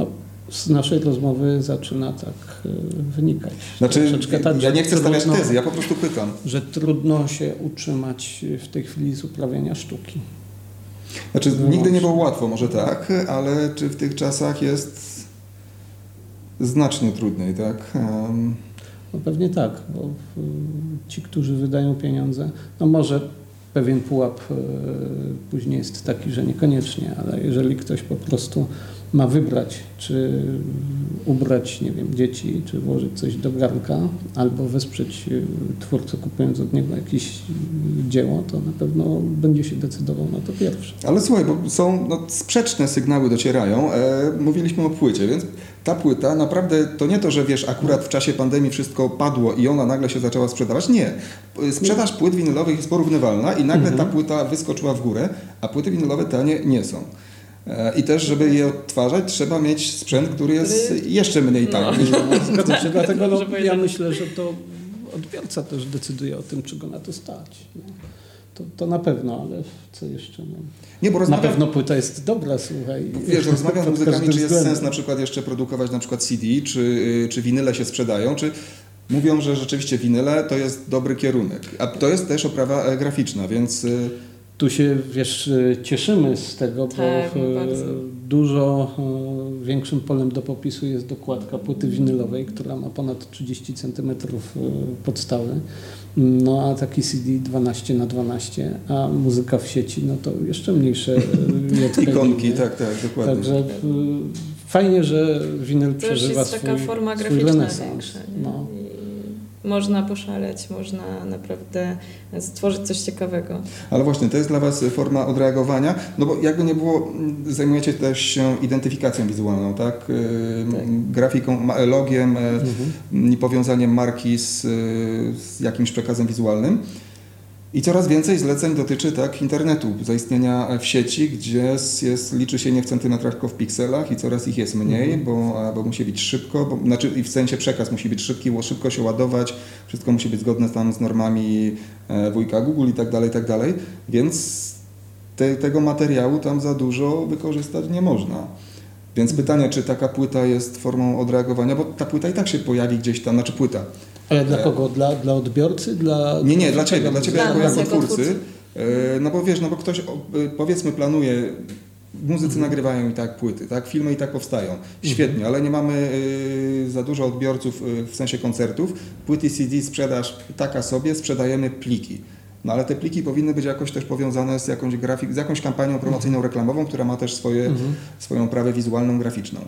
Z naszej rozmowy zaczyna tak wynikać. Znaczy, ja nie chcę stawiać tezy, ja po prostu pytam. Że trudno się utrzymać w tej chwili z uprawiania sztuki. Znaczy, nigdy nie było łatwo, może tak, ale czy w tych czasach jest znacznie trudniej, tak? No pewnie tak, bo ci, którzy wydają pieniądze, no może pewien pułap później jest taki, że niekoniecznie, ale jeżeli ktoś po prostu ma wybrać, czy ubrać, nie wiem, dzieci, czy włożyć coś do garnka, albo wesprzeć twórcę, kupując od niego jakieś dzieło, to na pewno będzie się decydował na to pierwsze. Ale słuchaj, bo są sprzeczne sygnały docierają. Mówiliśmy o płycie, więc ta płyta naprawdę to nie to, że wiesz, akurat w czasie pandemii wszystko padło i ona nagle się zaczęła sprzedawać. Nie. Sprzedaż płyt winylowych jest porównywalna i nagle ta płyta wyskoczyła w górę, a płyty winylowe tanie nie są. I też, żeby je odtwarzać, trzeba mieć sprzęt, który jest jeszcze mniej tani. Zgadzam się, dlatego ja myślę, że to odbiorca też decyduje o tym, czy go na to stać. To na pewno, ale co jeszcze? Nie, bo na pewno płyta jest dobra, słuchaj. Wiesz, rozmawiam z muzykami, czy jest sens na przykład jeszcze produkować na przykład CD, czy winyle się sprzedają, czy mówią, że rzeczywiście winyle to jest dobry kierunek. A to jest też oprawa graficzna, więc... Tu się, wiesz, cieszymy z tego, bo dużo większym polem do popisu jest dokładka płyty winylowej, która ma ponad 30 cm podstawy. No a taki CD 12x12, a muzyka w sieci, no to jeszcze mniejsze ikonki, tak, dokładnie. Także fajnie, że winyl to przeżywa jest taka forma graficzna renesans. No. Można poszaleć, można naprawdę stworzyć coś ciekawego. Ale właśnie, to jest dla Was forma odreagowania, no bo jakby nie było, zajmujecie też się identyfikacją wizualną, tak? Grafiką, logiem, powiązaniem marki z jakimś przekazem wizualnym. I coraz więcej zleceń dotyczy internetu, zaistnienia w sieci, gdzie liczy się nie w centymetrach, tylko w pikselach i coraz ich jest mniej, bo musi być szybko, i w sensie przekaz musi być szybki, bo szybko się ładować, wszystko musi być zgodne tam z normami wujka Google i tak dalej, więc tego materiału tam za dużo wykorzystać nie można. Więc pytanie, czy taka płyta jest formą odreagowania, bo ta płyta i tak się pojawi gdzieś tam, płyta. Ale dla kogo? Dla odbiorcy? Nie, dla Ciebie jako twórcy. No bo wiesz, bo ktoś powiedzmy planuje, muzycy nagrywają i tak płyty, tak? Filmy i tak powstają. Świetnie, ale nie mamy za dużo odbiorców w sensie koncertów. Płyty CD sprzedaż taka sobie, sprzedajemy pliki. No ale te pliki powinny być jakoś też powiązane z jakąś kampanią promocyjną, reklamową, która ma też swoją prawę wizualną, graficzną.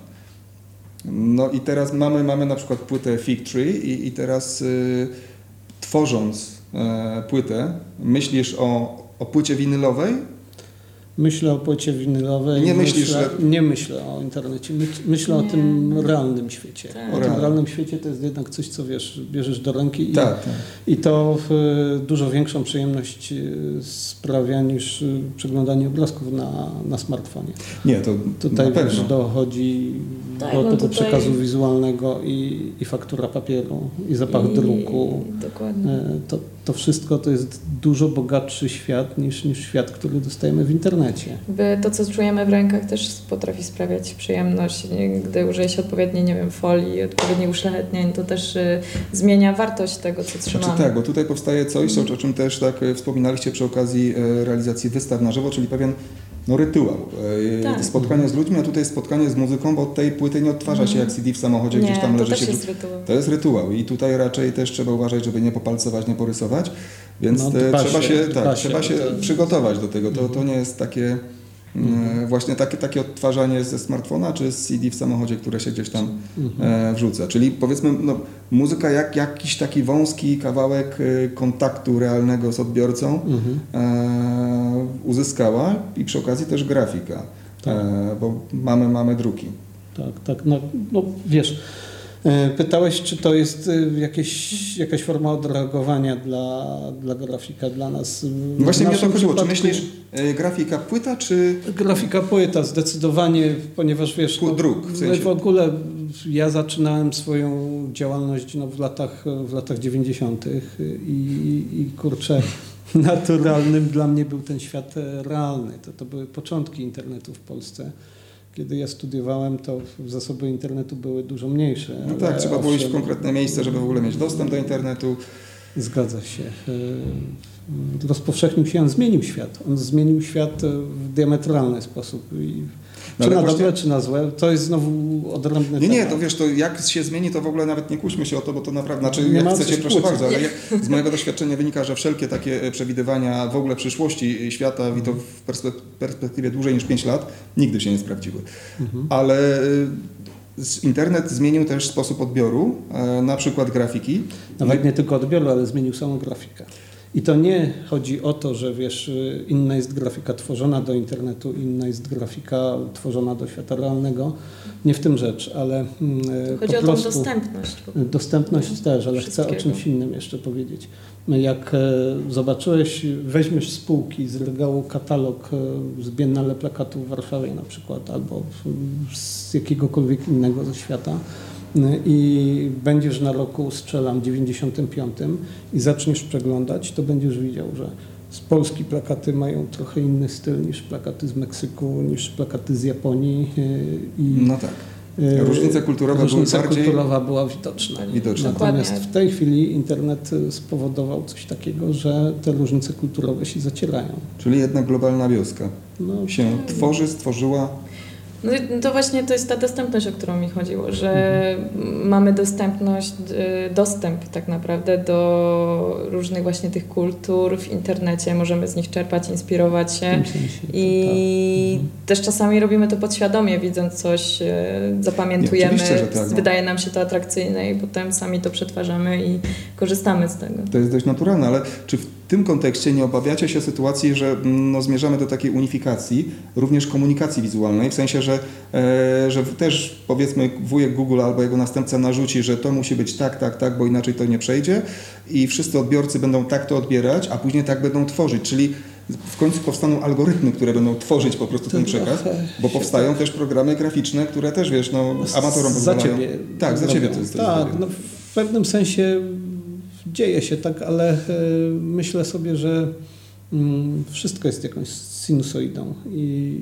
No i teraz mamy na przykład płytę Fig Tree i teraz tworząc płytę, myślisz o płycie winylowej? Myślę o płycie winylowej. Nie myślę o internecie. Myślę o tym realnym świecie. Tak. O tym realnym świecie to jest jednak coś, co wiesz, bierzesz do ręki i to dużo większą przyjemność sprawia niż przeglądanie obrazków na smartfonie. Nie, to tutaj wiesz, dochodzi do tego przekazu wizualnego i faktura papieru, i zapach druku. Dokładnie. To wszystko to jest dużo bogatszy świat niż świat, który dostajemy w internecie. To, co czujemy w rękach, też potrafi sprawiać przyjemność. Gdy użyje się odpowiedniej, folii, odpowiednich uszlachetnień, to też zmienia wartość tego, co trzymamy. Znaczy tak, bo tutaj powstaje coś, o czym też wspominaliście przy okazji realizacji wystaw na żywo, czyli pewien rytuał. Spotkanie z ludźmi, a tutaj spotkanie z muzyką, bo tej płyty nie odtwarza się jak CD w samochodzie, gdzieś tam leży się. To jest rytuał i tutaj raczej też trzeba uważać, żeby nie popalcować, nie porysować, więc trzeba się przygotować do tego. To nie jest takie właśnie takie odtwarzanie ze smartfona czy z CD w samochodzie, które się gdzieś tam wrzuca. Czyli powiedzmy muzyka jak jakiś taki wąski kawałek kontaktu realnego z odbiorcą uzyskała i przy okazji też grafika, bo mamy druki. Tak. No wiesz, pytałeś, czy to jest jakaś forma odreagowania dla grafika, dla nas. Właśnie mnie o to chodziło. Czy myślisz grafika płyta, czy... Grafika płyta, zdecydowanie, ponieważ wiesz... Druk, w sensie. W ogóle ja zaczynałem swoją działalność w latach 90. i kurczę, naturalnym dla mnie był ten świat realny. To były początki internetu w Polsce. kiedy ja studiowałem, to zasoby internetu były dużo mniejsze. No tak, trzeba było iść w konkretne miejsce, żeby w ogóle mieć dostęp do internetu. Zgadza się. Rozpowszechnił się, on zmienił świat. On zmienił świat w diametralny sposób. Czy na dobre, czy na złe, to jest znowu odrębny temat. Nie, to wiesz, to jak się zmieni, to w ogóle nawet nie kłóćmy się o to, bo to naprawdę, znaczy jak chcecie, proszę bardzo, ale z mojego doświadczenia wynika, że wszelkie takie przewidywania w ogóle przyszłości świata i to w perspektywie dłużej niż 5 lat nigdy się nie sprawdziły. Ale internet zmienił też sposób odbioru, na przykład grafiki. Nawet nie tylko odbioru, ale zmienił samą grafikę. I to nie chodzi o to, że wiesz, inna jest grafika tworzona do internetu, inna jest grafika tworzona do świata realnego. Nie w tym rzecz, ale chodzi o tą dostępność. Dostępność też, ale chcę o czymś innym jeszcze powiedzieć. Jak zobaczyłeś, weźmiesz z półki, z regału katalog z Biennale Plakatu w Warszawie na przykład, albo z jakiegokolwiek innego ze świata, i będziesz na roku, strzelam, 95 i zaczniesz przeglądać, to będziesz widział, że z Polski plakaty mają trochę inny styl niż plakaty z Meksyku, niż plakaty z Japonii. No tak. Różnice kulturowe kulturowa była widoczna. Natomiast w tej chwili internet spowodował coś takiego, że te różnice kulturowe się zacierają. Czyli jednak globalna wioska się stworzyła. No to właśnie to jest ta dostępność, o którą mi chodziło, że mamy dostęp tak naprawdę do różnych właśnie tych kultur w internecie, możemy z nich czerpać, inspirować się i też czasami robimy to podświadomie, widząc coś, zapamiętujemy, wydaje nam się to atrakcyjne i potem sami to przetwarzamy i korzystamy z tego. To jest dość naturalne, ale czy w tym kontekście nie obawiacie się sytuacji, że zmierzamy do takiej unifikacji, również komunikacji wizualnej, w sensie, że też powiedzmy wujek Google albo jego następca narzuci, że to musi być tak, bo inaczej to nie przejdzie i wszyscy odbiorcy będą tak to odbierać, a później tak będą tworzyć, czyli w końcu powstaną algorytmy, które będą tworzyć po prostu ten przekaz, bo powstają też programy graficzne, które też, wiesz, amatorom pozwalają. Za ciebie. Tak, za ciebie to jest. Tak, w pewnym sensie dzieje się tak, ale myślę sobie, że wszystko jest jakąś sinusoidą i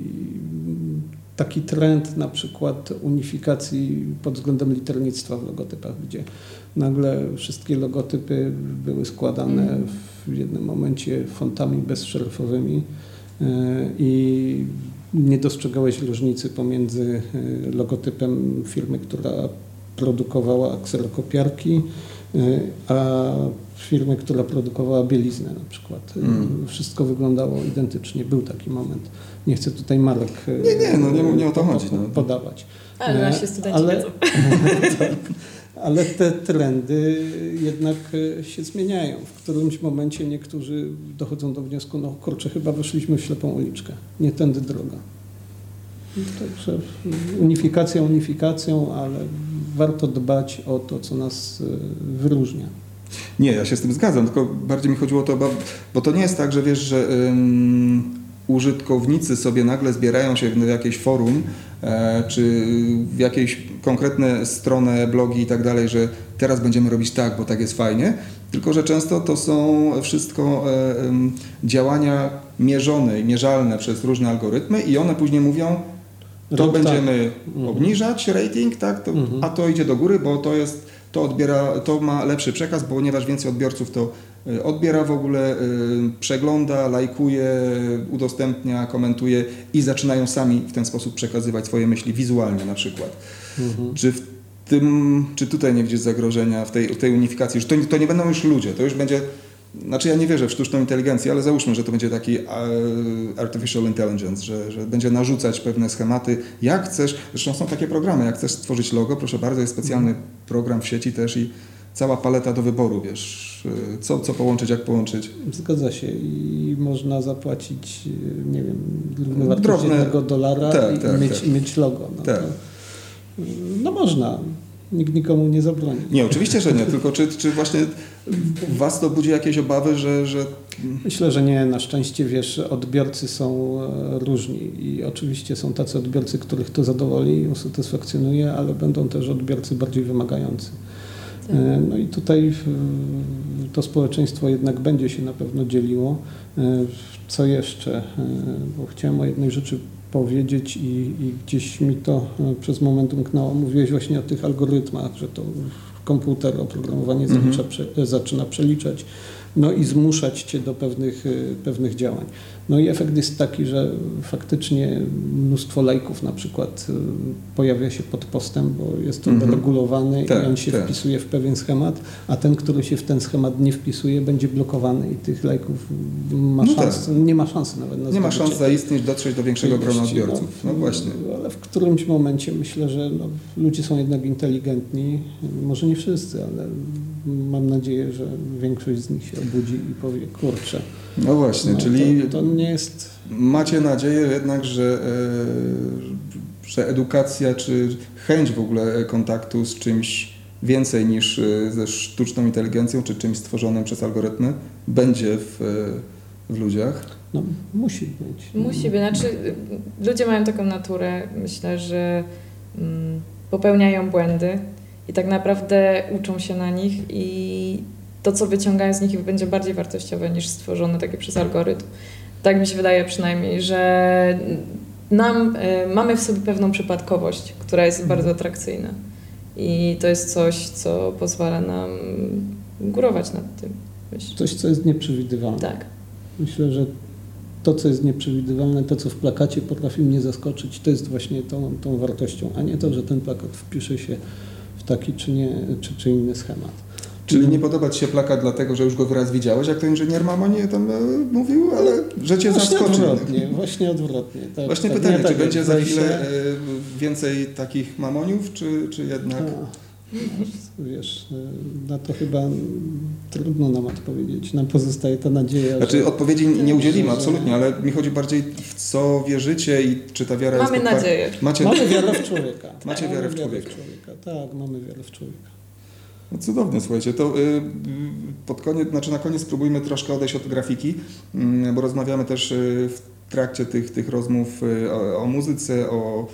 taki trend na przykład unifikacji pod względem liternictwa w logotypach, gdzie nagle wszystkie logotypy były składane w jednym momencie fontami bezszeryfowymi i nie dostrzegałeś różnicy pomiędzy logotypem firmy, która produkowała kserokopiarki, a firmy, która produkowała bieliznę na przykład. Wszystko wyglądało identycznie. Był taki moment. Nie chcę tutaj marek nie o to chodzi. Podawać. Ale nasi studenci wiedzą. Tak, ale te trendy jednak się zmieniają. W którymś momencie niektórzy dochodzą do wniosku, kurczę, chyba weszliśmy w ślepą uliczkę. Nie tędy droga. Także unifikacją, ale warto dbać o to, co nas wyróżnia. Nie, ja się z tym zgadzam, tylko bardziej mi chodziło o to, bo to nie jest tak, że wiesz, że użytkownicy sobie nagle zbierają się w jakieś forum, czy w jakieś konkretne strony, blogi i tak dalej, że teraz będziemy robić tak, bo tak jest fajnie, tylko że często to są wszystko działania mierzone i mierzalne przez różne algorytmy i one później mówią, to będziemy obniżać rating, tak? A to idzie do góry, bo to ma lepszy przekaz, ponieważ więcej odbiorców to odbiera w ogóle, przegląda, lajkuje, udostępnia, komentuje i zaczynają sami w ten sposób przekazywać swoje myśli wizualnie na przykład. Czy tutaj nie widzisz zagrożenia w tej unifikacji, że to nie będą już ludzie, to już będzie. Znaczy ja nie wierzę w sztuczną inteligencję, ale załóżmy, że to będzie taki artificial intelligence, że będzie narzucać pewne schematy. Jak chcesz, zresztą są takie programy, jak chcesz stworzyć logo, proszę bardzo, jest specjalny program w sieci też i cała paleta do wyboru, wiesz, co połączyć, jak połączyć. Zgadza się i można zapłacić, nie wiem, wartość $1 i mieć logo. No można. Nikt nikomu nie zabroni. Nie, oczywiście, że nie, tylko czy właśnie w Was to budzi jakieś obawy, że... Myślę, że nie. Na szczęście, wiesz, odbiorcy są różni i oczywiście są tacy odbiorcy, których to zadowoli, usatysfakcjonuje, ale będą też odbiorcy bardziej wymagający. Tak. No i tutaj to społeczeństwo jednak będzie się na pewno dzieliło. Co jeszcze? Bo chciałem o jednej rzeczy powiedzieć i gdzieś mi to przez moment umknęło. Mówiłeś właśnie o tych algorytmach, że to komputer, oprogramowanie zaczyna przeliczać, no i zmuszać cię do pewnych działań. No i efekt jest taki, że faktycznie mnóstwo lajków na przykład pojawia się pod postem, bo jest to regulowane i on się wpisuje w pewien schemat, a ten, który się w ten schemat nie wpisuje, będzie blokowany i tych lajków nie ma szansy nawet na zdobycie. Nie ma szans zaistnieć, dotrzeć do większego grona odbiorców. No właśnie. Ale w którymś momencie myślę, że ludzie są jednak inteligentni, może nie wszyscy, ale mam nadzieję, że większość z nich się obudzi i powie, kurczę. No właśnie, czyli to nie jest... Macie nadzieję jednak, że edukacja czy chęć w ogóle kontaktu z czymś więcej niż ze sztuczną inteligencją czy czymś stworzonym przez algorytmy będzie w ludziach? No, musi być. Musi być. Znaczy, ludzie mają taką naturę, myślę, że popełniają błędy i tak naprawdę uczą się na nich i to, co wyciągają z nich, będzie bardziej wartościowe niż stworzone takie przez algorytm. Tak mi się wydaje przynajmniej, że mamy w sobie pewną przypadkowość, która jest bardzo atrakcyjna. I to jest coś, co pozwala nam górować nad tym. Myślę. Coś, co jest nieprzewidywalne. Tak. Myślę, że to, co jest nieprzewidywalne, to, co w plakacie potrafi mnie zaskoczyć, to jest właśnie tą wartością, a nie to, że ten plakat wpisze się w taki czy inny schemat. Czyli nie podoba ci się plakat dlatego, że już go raz widziałeś, jak to inżynier Mamonie tam mówił, ale że cię zaskoczy. Właśnie odwrotnie. Tak, właśnie tak, pytanie, czy tak będzie za chwilę więcej takich Mamoniów, czy jednak... Wiesz, na to chyba trudno nam odpowiedzieć. Nam pozostaje ta nadzieja. Znaczy odpowiedzi nie udzielimy, absolutnie, ale mi chodzi bardziej w co wierzycie i czy ta wiara jest... Mamy nadzieję. Mamy wiarę w człowieka. Macie wiarę w człowieka. Tak, mamy wiarę w człowieka. No cudownie, słuchajcie, to pod koniec, na koniec spróbujmy troszkę odejść od grafiki, bo rozmawiamy też w trakcie tych rozmów o muzyce,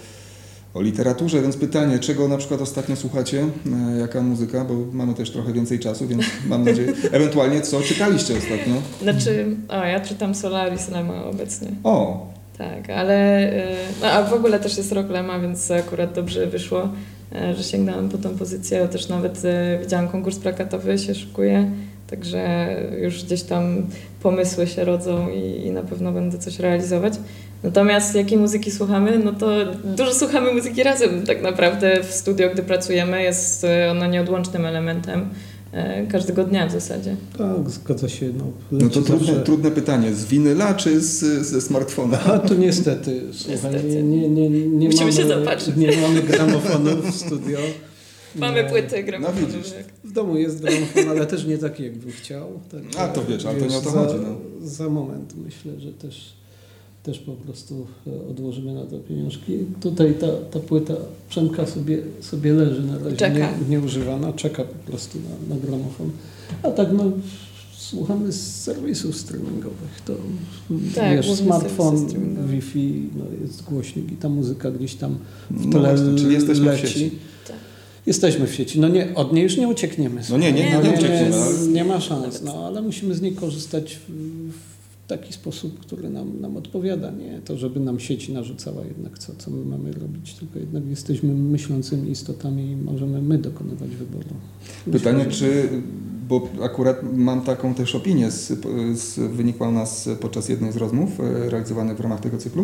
o literaturze, więc pytanie, czego na przykład ostatnio słuchacie, jaka muzyka, bo mamy też trochę więcej czasu, więc mam nadzieję, ewentualnie co czytaliście ostatnio? Znaczy, ja czytam Solaris Lema obecnie. O! Tak, ale a w ogóle też jest rok Lema, więc akurat dobrze wyszło, że sięgnęłam po tą pozycję. Też nawet widziałam konkurs plakatowy, się szykuje, także już gdzieś tam pomysły się rodzą i na pewno będę coś realizować. Natomiast jakiej muzyki słuchamy? No to dużo słuchamy muzyki razem tak naprawdę w studio, gdy pracujemy. Jest ona nieodłącznym elementem każdego dnia w zasadzie. Tak, zgadza się. No to trudne pytanie. Z winyla czy ze smartfona? A tu niestety, słuchaj, nie musimy się zapatrzyć. Nie mamy gramofonów w studio. Mamy płyty gramofonowe. No widzisz. W domu jest gramofon, ale też nie taki, jakbym chciał. Tak, to wiesz, ale to nie o to chodzi. No. Za moment myślę, że też po prostu odłożymy na to pieniążki. Tutaj ta płyta Przemka sobie leży na razie nieużywana, czeka po prostu na gramofon. A tak słuchamy z serwisów streamingowych. To wiesz, smartfon, Wi-Fi, jest głośnik i ta muzyka gdzieś tam w tle czyli jesteśmy leci. w sieci. Tak. Jesteśmy w sieci. Od niej już nie uciekniemy. Nie uciekniemy. Nie ma szans, ale musimy z niej korzystać w taki sposób, który nam odpowiada. Nie to, żeby nam sieć narzucała jednak co my mamy robić, tylko jednak jesteśmy myślącymi istotami i możemy my dokonywać wyboru. Pytanie, bo akurat mam taką też opinię, wynikła u nas podczas jednej z rozmów realizowanych w ramach tego cyklu,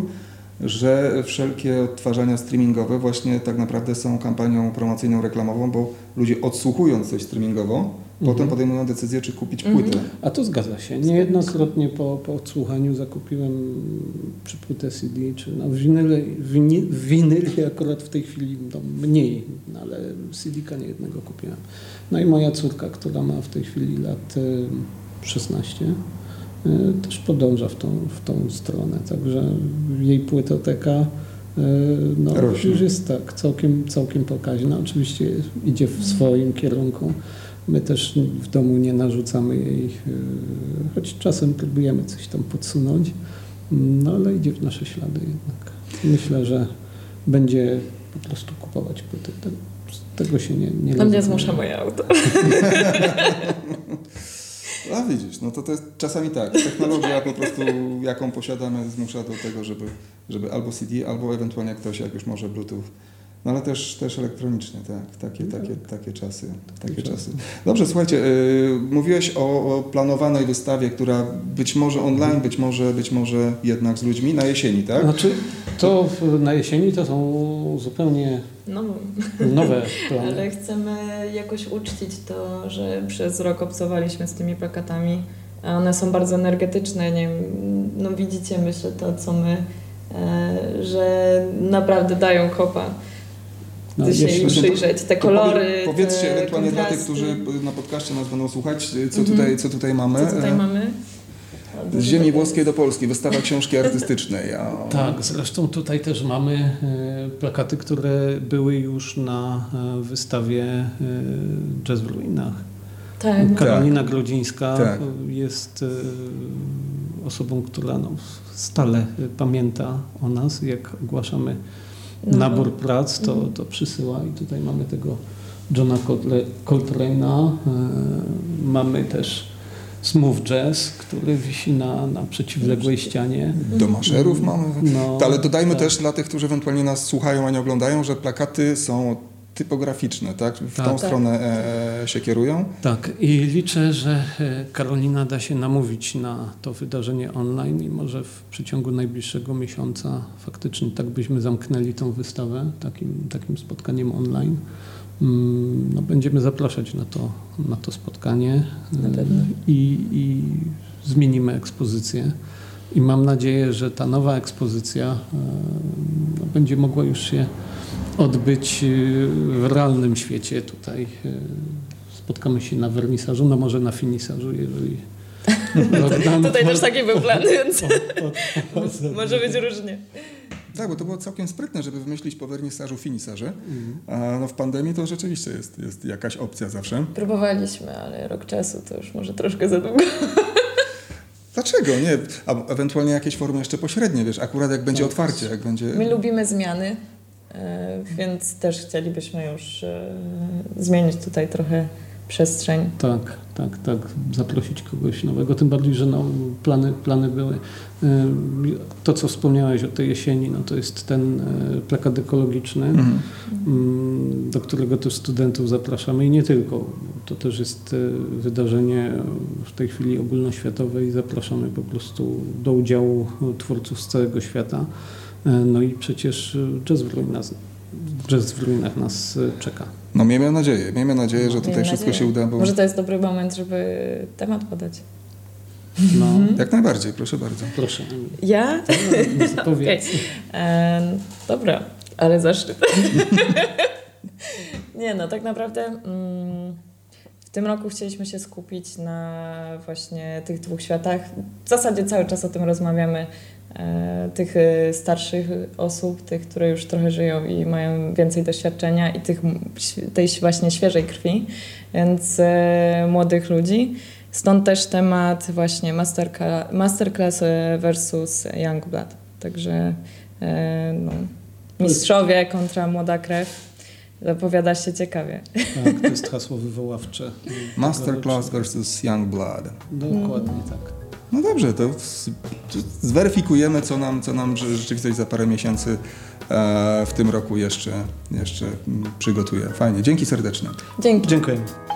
że wszelkie odtwarzania streamingowe właśnie tak naprawdę są kampanią promocyjną, reklamową, bo ludzie odsłuchując coś streamingowo, potem podejmują decyzję, czy kupić płytę. A to zgadza się. Niejednokrotnie po odsłuchaniu zakupiłem czy płytę CD, czy winyli akurat w tej chwili mniej, ale CD-ka niejednego kupiłem. No i moja córka, która ma w tej chwili lat 16, też podąża w tą stronę, także jej płytoteka już jest tak całkiem pokaźna. Oczywiście idzie w swoim kierunku. My też w domu nie narzucamy jej, choć czasem próbujemy coś tam podsunąć, ale idzie w nasze ślady jednak. Myślę, że będzie po prostu kupować płyty. Tego się nie mnie zmusza moje auto. A widzisz, no to jest czasami tak. Technologia po prostu, jaką posiadamy, zmusza do tego, żeby albo CD, albo ewentualnie ktoś, jak już może Bluetooth. No ale też elektronicznie, tak. Takie czasy. Dobrze, słuchajcie, mówiłeś o planowanej wystawie, która być może online, być może jednak z ludźmi na jesieni, tak? Znaczy, to na jesieni to są zupełnie nowe plany. Ale chcemy jakoś uczcić to, że przez rok obcowaliśmy z tymi plakatami, a one są bardzo energetyczne, nie wiem, no widzicie, myślę, to co my, że naprawdę dają kopa. Się im przyjrzeć, te kolory, powiedzcie ewentualnie dla tych, którzy na podcaście nas będą słuchać, co tutaj mamy. Co tutaj mamy? Z ziemi włoskiej do Polski, wystawa książki artystycznej. Tak, zresztą tutaj też mamy plakaty, które były już na wystawie Jazz w ruinach. Tak. Karolina Grodzińska jest osobą, która stale pamięta o nas, jak ogłaszamy nabór prac, to przysyła i tutaj mamy tego Johna Coltrane'a, mamy też Smooth Jazz, który wisi na przeciwległej ścianie. Do maszerów mamy, ale dodajmy też dla tych, którzy ewentualnie nas słuchają, a nie oglądają, że plakaty są typograficzne, tak? W tą stronę się kierują. Tak i liczę, że Karolina da się namówić na to wydarzenie online i może w przeciągu najbliższego miesiąca faktycznie tak byśmy zamknęli tą wystawę takim spotkaniem online. Będziemy zapraszać na to spotkanie i zmienimy ekspozycję. I mam nadzieję, że ta nowa ekspozycja będzie mogła już się odbyć w realnym świecie. Tutaj spotkamy się na wernisażu, może na finisażu, jeżeli Tutaj też taki był plan, więc może być różnie. Tak, bo to było całkiem sprytne, żeby wymyślić po wernisażu finisaże. A w pandemii to rzeczywiście jest jakaś opcja zawsze. Próbowaliśmy, ale rok czasu to już może troszkę za długo. Dlaczego? Nie. A ewentualnie jakieś formy jeszcze pośrednie, wiesz, akurat jak będzie otwarcie, jak będzie... My lubimy zmiany, więc też chcielibyśmy już zmienić tutaj trochę przestrzeń. Tak. Zaprosić kogoś nowego, tym bardziej, że plany były. To, co wspomniałeś o tej jesieni, to jest ten plakat ekologiczny, do którego też studentów zapraszamy i nie tylko. To też jest wydarzenie w tej chwili ogólnoświatowe i zapraszamy po prostu do udziału twórców z całego świata. No i przecież Jazz w ruinach nas czeka. No miejmy nadzieję, że tutaj wszystko się uda. Bo... Może to jest dobry moment, żeby temat podać. Jak najbardziej, proszę bardzo. Proszę. Ja? Powiedz. Okay. Dobra, ale zaszczyt. Nie, tak naprawdę w tym roku chcieliśmy się skupić na właśnie tych dwóch światach. W zasadzie cały czas o tym rozmawiamy. Tych starszych osób, tych, które już trochę żyją i mają więcej doświadczenia i tej właśnie świeżej krwi, więc młodych ludzi. Stąd też temat właśnie masterclass versus young blood. Także mistrzowie kontra młoda krew. Zapowiada się ciekawie. Tak, to jest hasło wywoławcze. Masterclass versus young blood. Dokładnie tak. No dobrze, to zweryfikujemy, co nam rzeczywistość za parę miesięcy w tym roku jeszcze przygotuje. Fajnie, dzięki serdecznie. Dzięki. Dziękuję.